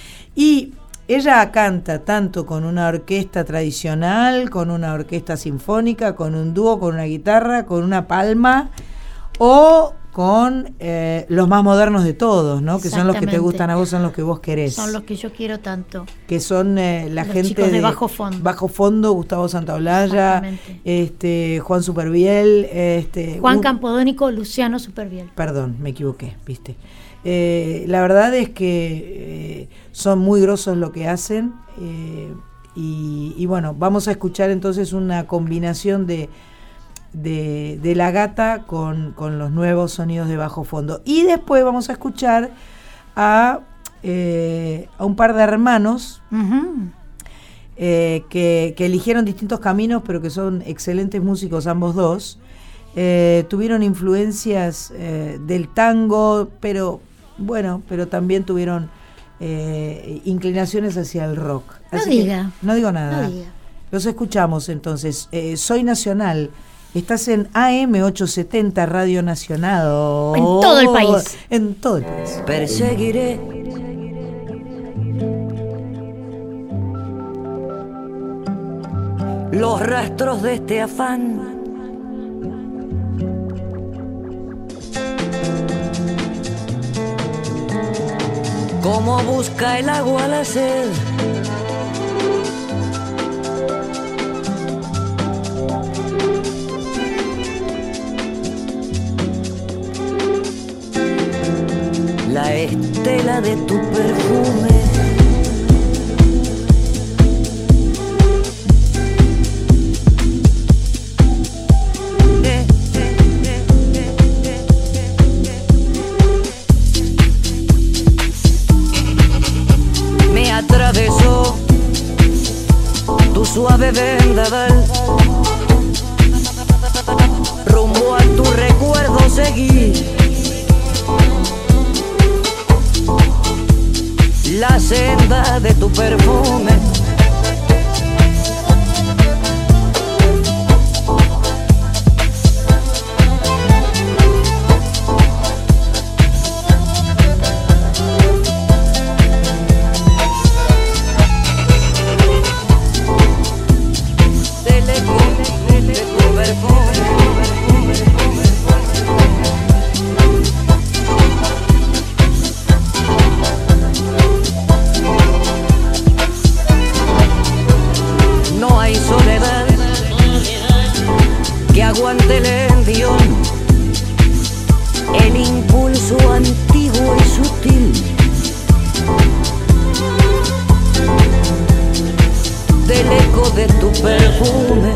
S1: Y ella canta tanto con una orquesta tradicional, con una orquesta sinfónica, con un dúo, con una guitarra, con una palma, o con eh, los más modernos de todos, ¿no? Que son los que te
S2: Exactamente.
S1: gustan a vos, son los que vos querés.
S2: son los que yo quiero tanto.
S1: Que son eh, la
S2: Los
S1: gente
S2: chicos de bajo fondo.
S1: Bajo fondo, Gustavo Santaolalla,
S2: Exactamente.
S1: este, Juan Superviel, este,
S2: Juan
S1: un-
S2: Campodónico, Luciano Superviel.
S1: Perdón, me equivoqué, viste. Eh, la verdad es que eh, son muy grosos lo que hacen eh, y, y bueno, vamos a escuchar entonces una combinación de, de, de La Gata con, con los nuevos sonidos de bajo fondo. Y después vamos a escuchar a, eh, a un par de hermanos
S2: Ujú.
S1: eh, que, que eligieron distintos caminos, pero que son excelentes músicos ambos dos. Eh, tuvieron influencias eh, del tango, pero bueno, pero también tuvieron eh, inclinaciones hacia el rock.
S2: No
S1: Así que
S2: diga.
S1: no digo nada.
S2: No diga.
S1: Los escuchamos entonces. Eh, Soy Nacional. Estás en A M ochocientos setenta Radio Nacional.
S2: En todo el país.
S1: En todo el país.
S3: Perseguiré los rastros de este afán. Como busca el agua la sed. La estela de tu perfume. Me atravesó tu suave vendaval. Rumbo a tu recuerdo seguí. La senda de tu perfume. Del eco de tu perfume. de tu perfume.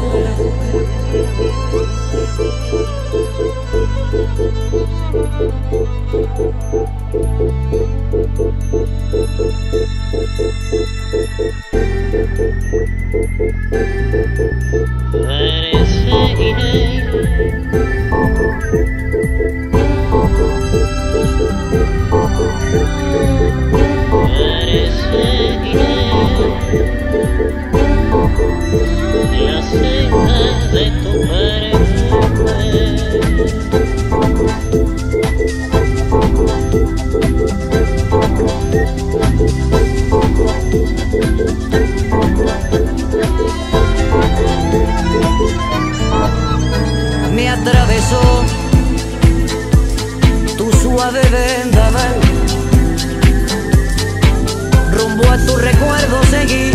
S18: La seda de tu perfume.
S3: Me atravesó tu suave vendaval, rumbo a tu recuerdo seguí.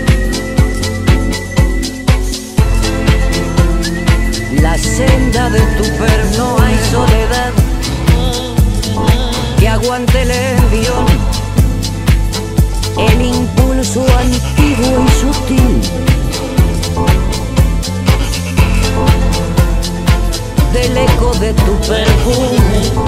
S3: La senda de tu perfume, no hay soledad que aguante el envión, el impulso antiguo y sutil del eco de tu perfume.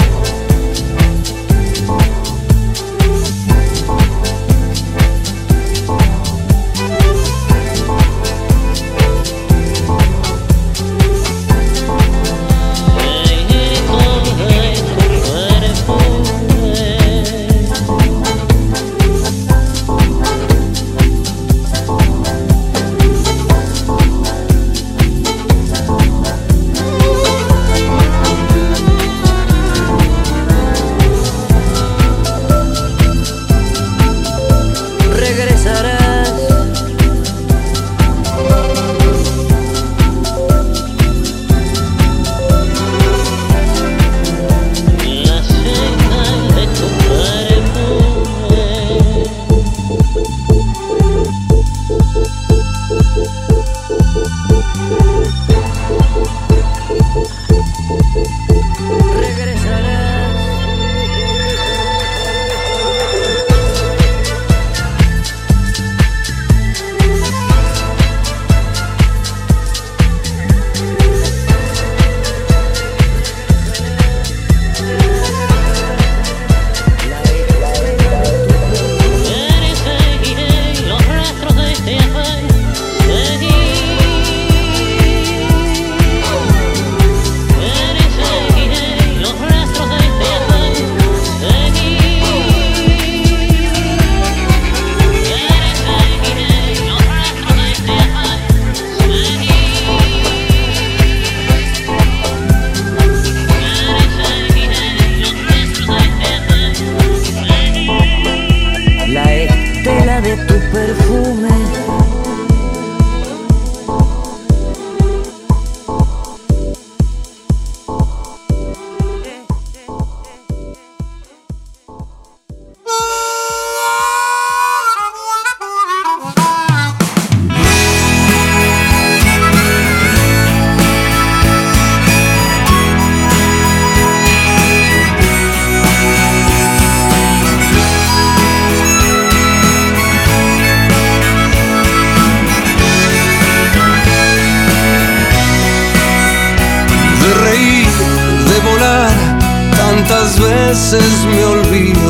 S19: Tantas veces me olvido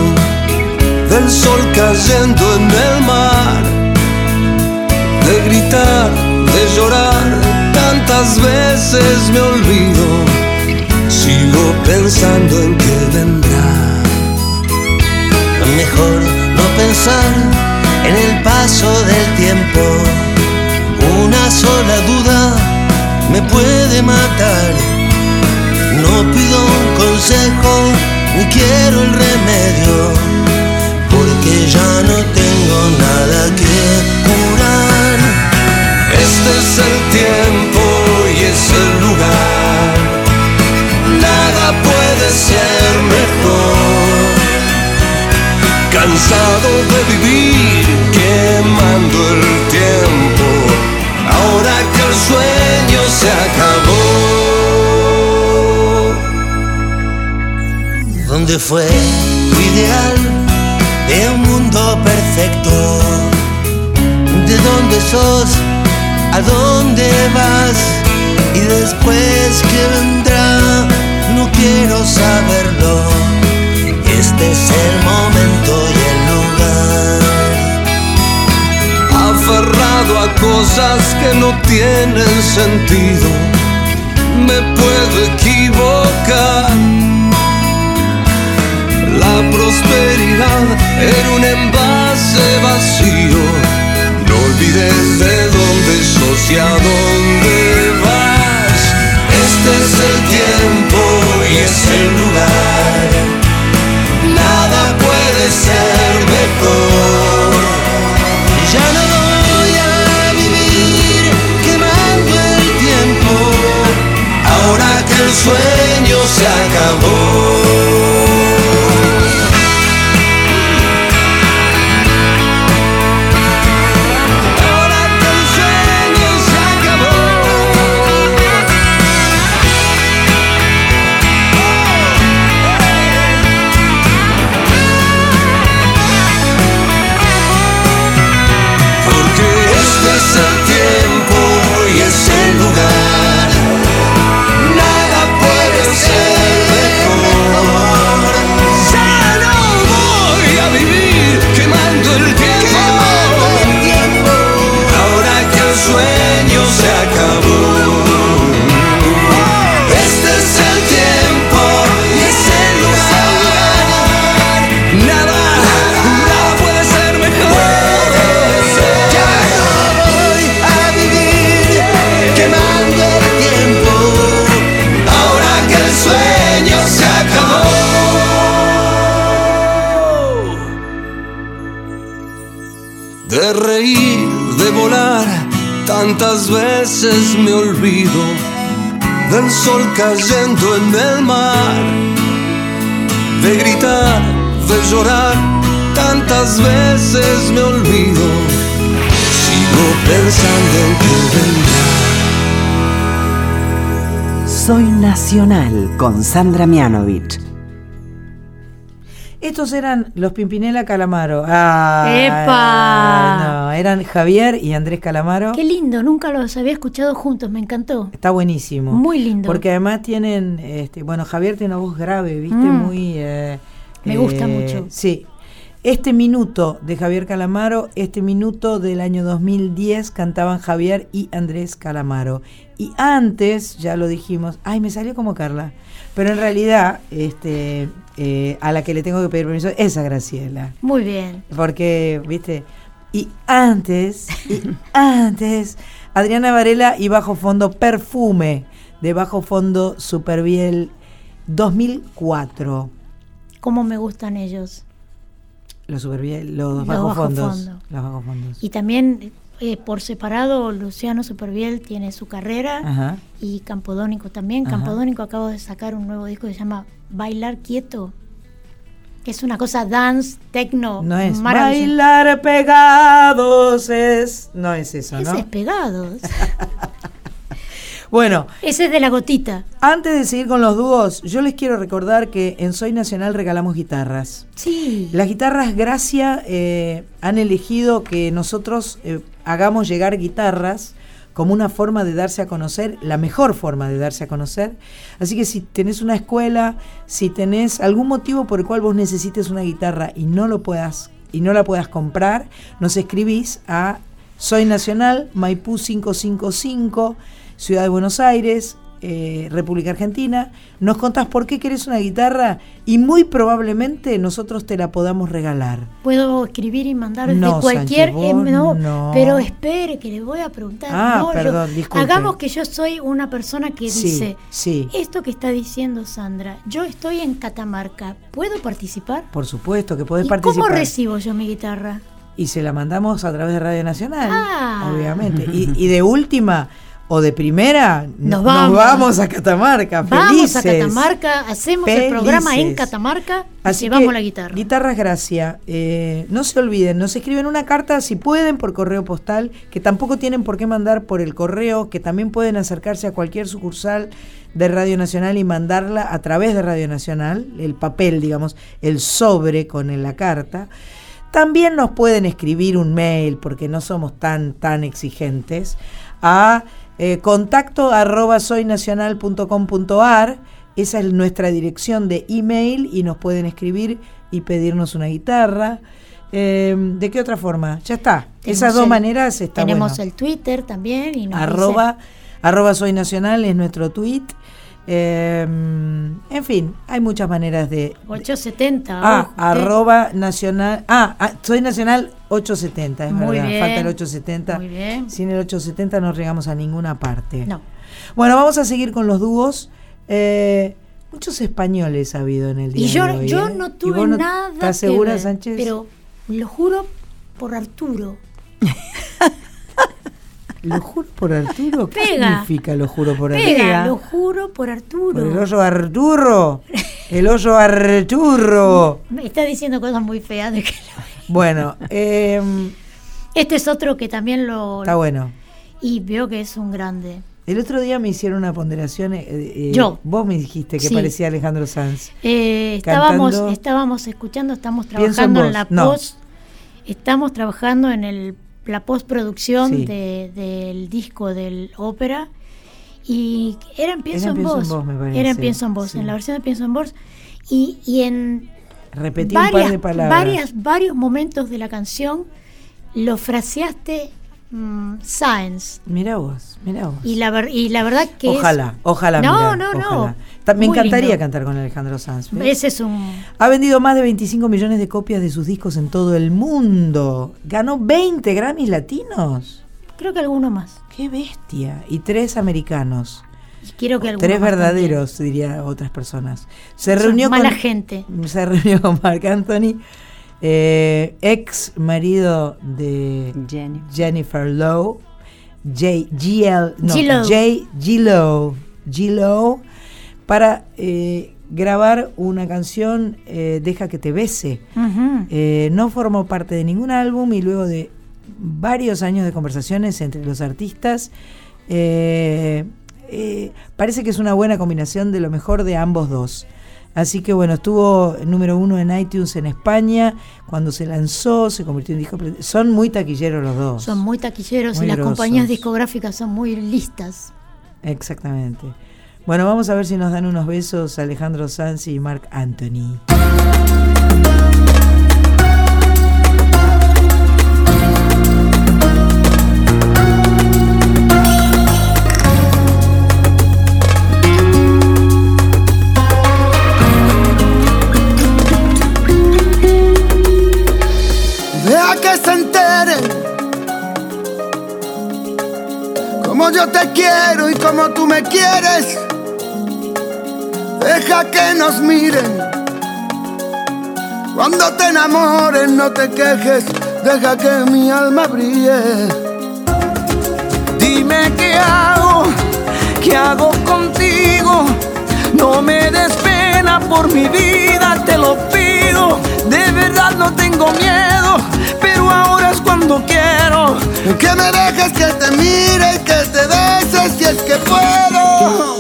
S19: del sol cayendo en el mar, de gritar, de llorar. Tantas veces me olvido, sigo pensando en que vendrá.
S20: Mejor no pensar en el paso del tiempo. Una sola duda me puede matar. No pido un consejo, ni quiero el remedio, porque ya no tengo nada que curar.
S19: Este es el tiempo y es el lugar. Nada puede ser mejor. Cansado de vivir quemando el tiempo, ahora que el sueño se acabó.
S20: ¿Dónde fue tu ideal de un mundo perfecto? ¿De dónde sos ¿A dónde vas? Y después qué vendrá, no quiero saberlo. Este es el momento y el lugar.
S19: Aferrado a cosas que no tienen sentido, me puedo equivocar. La prosperidad era un envase vacío. No olvides de dónde sos y a dónde vas. Este es el tiempo y es el lugar. Nada puede ser mejor. Ya no voy a vivir quemando el tiempo, ahora que el sueño se acabó. De reír, de volar, tantas veces me olvido del sol cayendo en el mar. De gritar, de llorar, tantas veces me olvido. Sigo pensando en que vendrá.
S6: Soy Nacional con Sandra Mianovich.
S1: Estos eran los Pimpinela Calamaro. Ah,
S2: ¡Epa!
S1: No, eran Javier y Andrés Calamaro.
S2: Qué lindo, nunca los había escuchado juntos, me encantó.
S1: Está buenísimo.
S2: Muy lindo.
S1: Porque además tienen, este, bueno, Javier tiene una voz grave, ¿viste? Mm. Muy... Eh,
S2: me
S1: eh,
S2: gusta mucho.
S1: Sí. Este minuto de Javier Calamaro, este minuto del año dos mil diez cantaban Javier y Andrés Calamaro. Y antes, ya lo dijimos, ay, me salió como Carla, pero en realidad, este, eh, a la que le tengo que pedir permiso es a Graciela.
S2: Muy bien.
S1: Porque, viste, y antes, y antes, Adriana Varela y Bajo Fondo Perfume, de Bajo Fondo Superbiel dos mil cuatro.
S2: ¿Cómo me gustan ellos?
S1: Los Superbiel, los,
S2: los
S1: bajo
S2: bajo
S1: fondos,
S2: fondo.
S1: Los Bajo Fondos.
S2: Y también eh, por separado, Luciano Superbiel tiene su carrera. Ajá. Y Campodónico también. Ajá. Campodónico acaba de sacar un nuevo disco que se llama Bailar Quieto, que es una cosa dance, techno.
S1: No es bailar pegados, es... No es eso,
S2: Ese
S1: ¿no?
S2: es pegados.
S1: Bueno,
S2: ese es de la gotita.
S1: Antes de seguir con los dúos, yo les quiero recordar que en Soy Nacional regalamos guitarras.
S2: Sí.
S1: Las guitarras Gracia eh, han elegido que nosotros eh, hagamos llegar guitarras como una forma de darse a conocer, la mejor forma de darse a conocer. Así que si tenés una escuela, si tenés algún motivo por el cual vos necesites una guitarra y no lo puedas y no la puedas comprar, nos escribís a Soy Nacional, Maipú cinco cinco cinco, Ciudad de Buenos Aires, eh, República Argentina. Nos contás por qué querés una guitarra y muy probablemente nosotros te la podamos regalar.
S2: Puedo escribir y mandar
S1: no,
S2: de cualquier...
S1: Sánchez,
S2: eh, no,
S1: no,
S2: pero espere que le voy a preguntar.
S1: Ah,
S2: no,
S1: perdón,
S2: yo,
S1: disculpe.
S2: hagamos que yo soy una persona que
S1: sí,
S2: dice,
S1: sí.
S2: esto que está diciendo Sandra, yo estoy en Catamarca, ¿puedo participar?
S1: Por supuesto que podés
S2: ¿Y
S1: participar.
S2: cómo recibo yo mi guitarra?
S1: Y se la mandamos a través de Radio Nacional,
S2: ah.
S1: obviamente. Y, y de última... o de primera,
S2: nos
S1: nos
S2: vamos,
S1: vamos a Catamarca,
S2: vamos
S1: felices.
S2: Vamos a Catamarca, hacemos
S1: felices.
S2: el programa en Catamarca y
S1: Así
S2: llevamos
S1: que,
S2: la guitarra.
S1: Guitarras Gracia, eh, no se olviden, nos escriben una carta si pueden por correo postal, que tampoco tienen por qué mandar por el correo, que también pueden acercarse a cualquier sucursal de Radio Nacional y mandarla a través de Radio Nacional, el papel, digamos, el sobre con la carta. También nos pueden escribir un mail, porque no somos tan, tan exigentes, a eh, contacto arroba soynacional punto com punto ar. Esa es nuestra dirección de email y nos pueden escribir y pedirnos una guitarra. Eh, ¿De qué otra forma? Ya está.
S2: Tenemos
S1: Esas dos
S2: el,
S1: maneras está
S2: Tenemos
S1: bueno.
S2: el Twitter también. Y nos
S1: Arroba,
S2: dice...
S1: arroba Soy Nacional es nuestro tweet. Eh, en fin, hay muchas maneras de...
S2: ochocientos setenta.
S1: Ah,
S2: ojo,
S1: arroba nacional... Ah, ah, Soy Nacional ochocientos setenta, es
S2: Muy
S1: verdad.
S2: bien,
S1: Falta el ochocientos setenta.
S2: muy bien.
S1: Sin el ochocientos setenta no llegamos a ninguna parte.
S2: No.
S1: Bueno, vamos a seguir con los dúos. Eh, muchos españoles ha habido en el día
S2: Y yo,
S1: de hoy.
S2: yo
S1: ¿eh?
S2: no
S1: ¿Y
S2: tuve
S1: vos no
S2: nada
S1: ¿Estás
S2: que
S1: segura,
S2: ver,
S1: Sánchez?
S2: Pero lo juro por Arturo.
S1: ¿Lo juro por Arturo? ¿Qué
S2: Pega.
S1: significa lo juro por Arturo?
S2: Pega, lo juro por Arturo.
S1: Por el hoyo Arturo. El hoyo Arturo.
S2: Me está diciendo cosas muy feas de que
S1: Bueno, eh,
S2: este es otro que también lo...
S1: está bueno.
S2: Y veo que es un grande.
S1: El otro día me hicieron una ponderación. Eh, eh,
S2: Yo.
S1: Vos me dijiste que
S2: Sí.
S1: parecía Alejandro Sanz.
S2: Eh, estábamos,
S1: Cantando.
S2: estábamos escuchando, estamos
S1: Pienso en
S2: trabajando en,
S1: vos.
S2: la
S1: No.
S2: post, estamos trabajando en el, la postproducción
S1: Sí.
S2: de, del disco del ópera y era en Pienso,
S1: Era en
S2: en,
S1: Pienso
S2: vos,
S1: en Vos, me parece.
S2: era en Pienso en vos,
S1: Sí.
S2: en la versión de Pienso en vos y, y en
S1: Repetí
S2: varias,
S1: un par de palabras.
S2: varias, varios momentos de la canción lo fraseaste mm, Science.
S1: Mirá vos, mirá vos.
S2: Y la, ver- y la verdad que
S1: Ojalá,
S2: es,
S1: ojalá.
S2: No,
S1: mirá,
S2: no, no.
S1: ojalá. Ta- Me
S2: Muy
S1: encantaría
S2: lindo.
S1: cantar con Alejandro Sanz. ¿ves?
S2: Ese es un...
S1: Ha vendido más de veinticinco millones de copias de sus discos en todo el mundo. Ganó veinte Grammys latinos.
S2: Creo que alguno más.
S1: ¡Qué bestia! Y tres americanos.
S2: Y quiero que alguno
S1: Tres
S2: más
S1: verdaderos, diría otras personas. Se
S2: Son
S1: reunió
S2: mala
S1: con,
S2: gente.
S1: Se reunió con Marc Anthony, eh, ex marido de
S11: Jenny.
S1: Jennifer Lowe, J, G L, no,
S2: G-Lo.
S1: J, G-Lo, G-Lo, para eh, grabar una canción, eh, Deja que te bese.
S2: Ujú.
S1: Eh, no formó parte de ningún álbum y luego de varios años de conversaciones entre los artistas, eh, eh, parece que es una buena combinación de lo mejor de ambos dos. Así que bueno, estuvo número uno en iTunes en España, cuando se lanzó, se convirtió en disco. Son muy taquilleros los dos.
S2: Son muy taquilleros
S1: Muy
S2: y las
S1: grosos.
S2: compañías discográficas son muy listas.
S1: Exactamente. Bueno, vamos a ver si nos dan unos besos Alejandro Sanz y Marc Anthony.
S5: Deja que se enteren como yo te quiero y como tú me quieres. Deja que nos miren cuando te enamores, no te quejes. Deja que mi alma brille.
S19: Dime qué hago, qué hago contigo. No me des pena por mi vida, te lo pido. De verdad no tengo miedo, pero ahora es cuando quiero.
S5: Que me dejes que te mire y que te beses si es que puedo.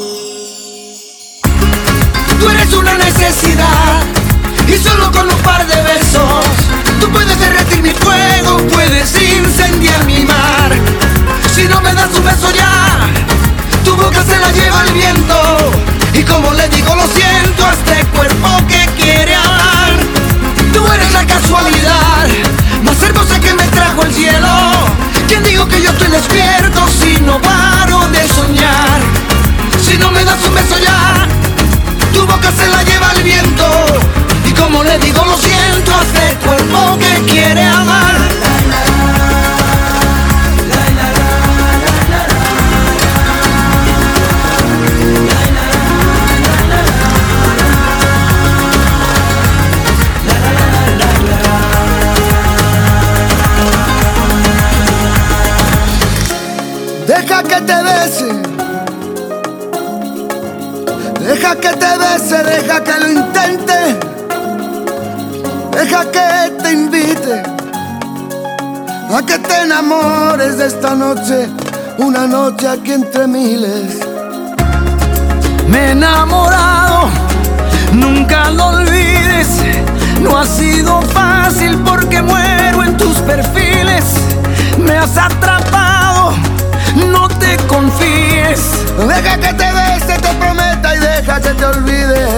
S19: Tú eres una necesidad y solo con un par de besos tú puedes derretir mi fuego, puedes incendiar mi mar. Si no me das un beso ya, tu boca se la lleva el viento. Y como le digo lo siento a este cuerpo que quiere hablar. Tú eres la casualidad más hermosa que me trajo el cielo. ¿Quién dijo que yo estoy despierto si no paro de soñar? Si no me das un beso ya, tu boca se la lleva el viento. Y como le digo lo siento a este cuerpo que quiere amar.
S5: Deja que te bese, deja que te bese, deja que lo intente, deja que te invite a que te enamores de esta noche, una noche aquí entre miles.
S19: Me he enamorado, nunca lo olvides. No ha sido fácil porque muero en tus perfiles. Me has atrapado, no Deja que te bese, te prometa y deja que te olvide.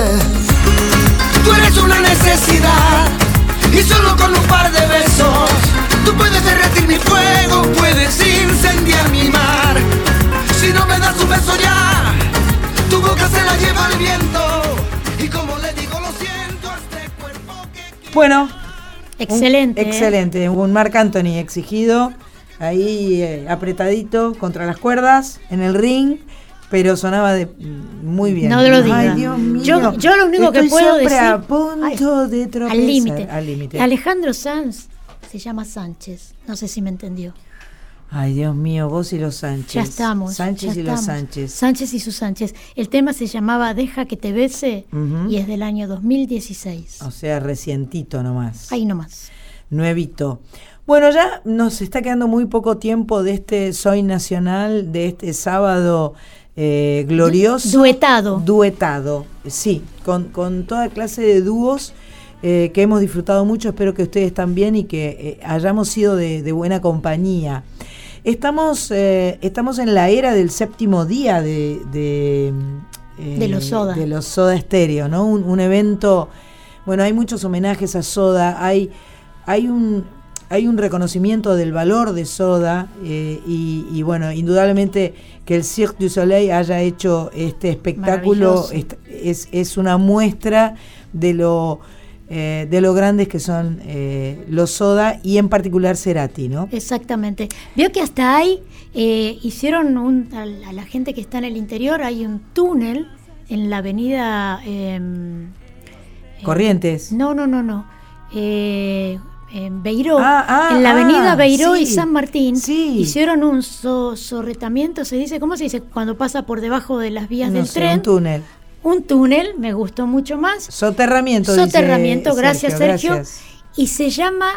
S19: Tú eres una necesidad y solo con un par de besos tú puedes derretir mi fuego, puedes incendiar mi mar. Si no me das un beso ya, tu boca se la lleva el viento. Y como le digo, lo siento a este cuerpo que...
S1: Bueno,
S2: excelente.
S1: Un, excelente, ¿eh? Un Marc Anthony exigido, ahí eh, apretadito contra las cuerdas, en el ring. Pero sonaba de muy bien.
S2: No lo digas.
S1: Ay, Dios mío.
S2: Yo, yo lo único
S1: Estoy
S2: que puedo
S1: siempre
S2: decir...
S1: a punto
S2: ay,
S1: de tropezar.
S2: Al límite.
S1: Al límite.
S2: Alejandro Sanz se llama Sánchez. No sé si me entendió.
S1: Ay, Dios mío, vos y los Sánchez.
S2: Ya estamos.
S1: Sánchez
S2: ya
S1: y
S2: estamos.
S1: los Sánchez.
S2: Sánchez y sus Sánchez. El tema se llamaba Deja que te bese,
S1: Uh-huh.
S2: y es del año dos mil dieciséis.
S1: O sea, recientito nomás.
S2: Ahí nomás.
S1: Nuevito. Bueno, ya nos está quedando muy poco tiempo de este Soy Nacional, de este sábado eh, glorioso.
S2: Duetado.
S1: Duetado, sí, con, con toda clase de dúos eh, que hemos disfrutado mucho. Espero que ustedes también y que eh, hayamos sido de, de buena compañía. Estamos, eh, estamos en la era del séptimo día de, de, eh,
S2: De los Soda.
S1: de los Soda Stereo, ¿no? Un, un evento, bueno, hay muchos homenajes a Soda, hay, hay un... Hay un reconocimiento del valor de Soda eh, y, y bueno, indudablemente que el Cirque du Soleil haya hecho este espectáculo es, es, es una muestra de lo eh, de lo grandes que son eh, los Soda y en particular Cerati, ¿no?
S2: Exactamente. Veo que hasta ahí eh, hicieron un, a, a la gente que está en el interior, hay un túnel en la avenida eh,
S1: Corrientes.
S2: Eh, no, no, no, no. Eh, en Beiró,
S1: ah, ah,
S2: en la avenida
S1: ah,
S2: Beiró
S1: sí,
S2: y San Martín,
S1: sí.
S2: hicieron un so, sorretamiento, se dice, ¿cómo se dice? Cuando pasa por debajo de las vías
S1: no
S2: del
S1: sé,
S2: tren.
S1: Un túnel.
S2: Un túnel, me gustó mucho más.
S1: Soterramiento.
S2: Soterramiento,
S1: dice
S2: gracias Sergio.
S1: Gracias.
S2: Y se llama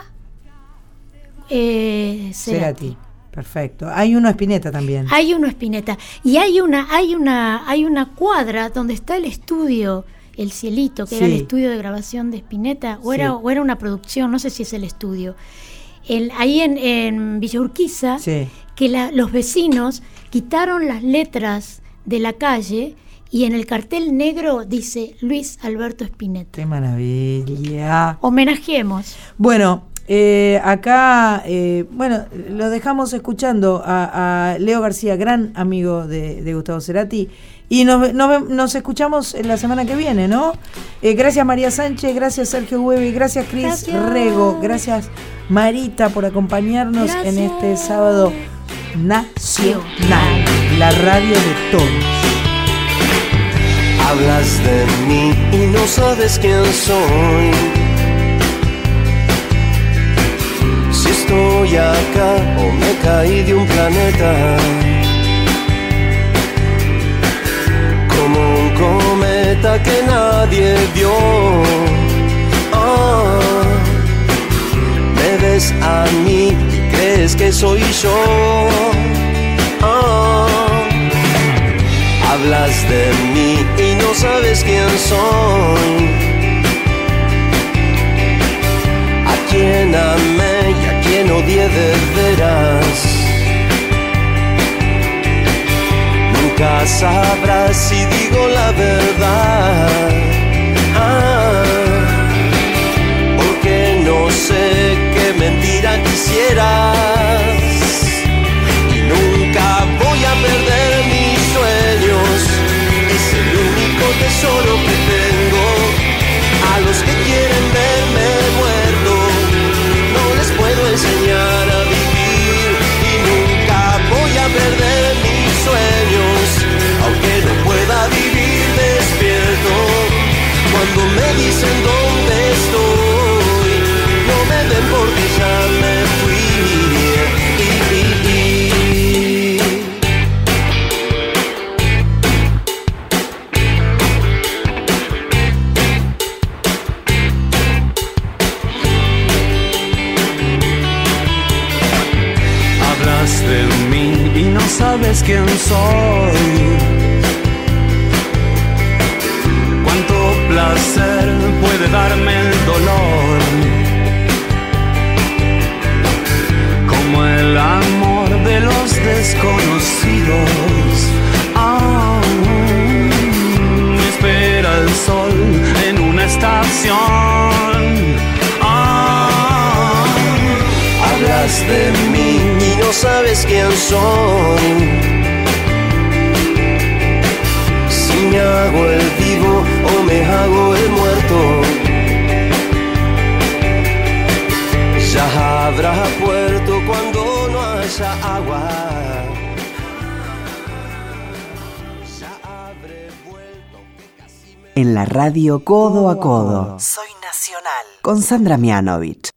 S2: eh, Cerati.
S1: Cerati. Perfecto. Hay uno Spinetta también.
S2: Hay uno Spinetta. Y hay una, hay una, hay una cuadra donde está el estudio El Cielito, que sí. era el estudio de grabación de Spinetta, o, sí. era, o era una producción, no sé si es el estudio. El, ahí en, en Villa Urquiza,
S1: sí.
S2: que la, los vecinos quitaron las letras de la calle y en el cartel negro dice Luis Alberto Spinetta.
S1: ¡Qué maravilla!
S2: Homenajeemos.
S1: Bueno, eh, acá, eh, bueno, lo dejamos escuchando a, a Leo García, gran amigo de, de Gustavo Cerati. Y nos, nos, nos escuchamos la semana que viene, ¿no? Eh, gracias María Sánchez, gracias Sergio Hueve, gracias Cris gracias. Rego, gracias Marita por acompañarnos gracias. En este sábado nacional, la radio de todos.
S20: Hablas de mí y no sabes quién soy. Si estoy acá o me caí de un planeta. Como un cometa que nadie vio. Oh, me ves a mí y crees que soy yo. Oh, hablas de mí y no sabes quién soy. A quien amé y a quien odié de veras. Nunca sabrás si digo la verdad, ah, porque no sé qué mentira quisieras. Y nunca voy a perder mis sueños, es el único tesoro que tengo. A los que quieren verme muerto, no les puedo enseñar a vivir. Y nunca voy a perder mis sueños, aunque no pueda vivir despierto. Cuando me dicen dónde estoy, no me ven porque ya me fui. I, I, I.
S5: Hablas de mí y no sabes quién soy. Cuánto placer puede darme el dolor, como el amor de los desconocidos. Ah, estación. Ah.
S20: Hablas de mí y no sabes quién soy. Si me hago el vivo o me hago el muerto, ya habrá puerto cuando no haya agua.
S6: En la radio Codo a Codo. Soy Nacional. Con Sandra Mianovich.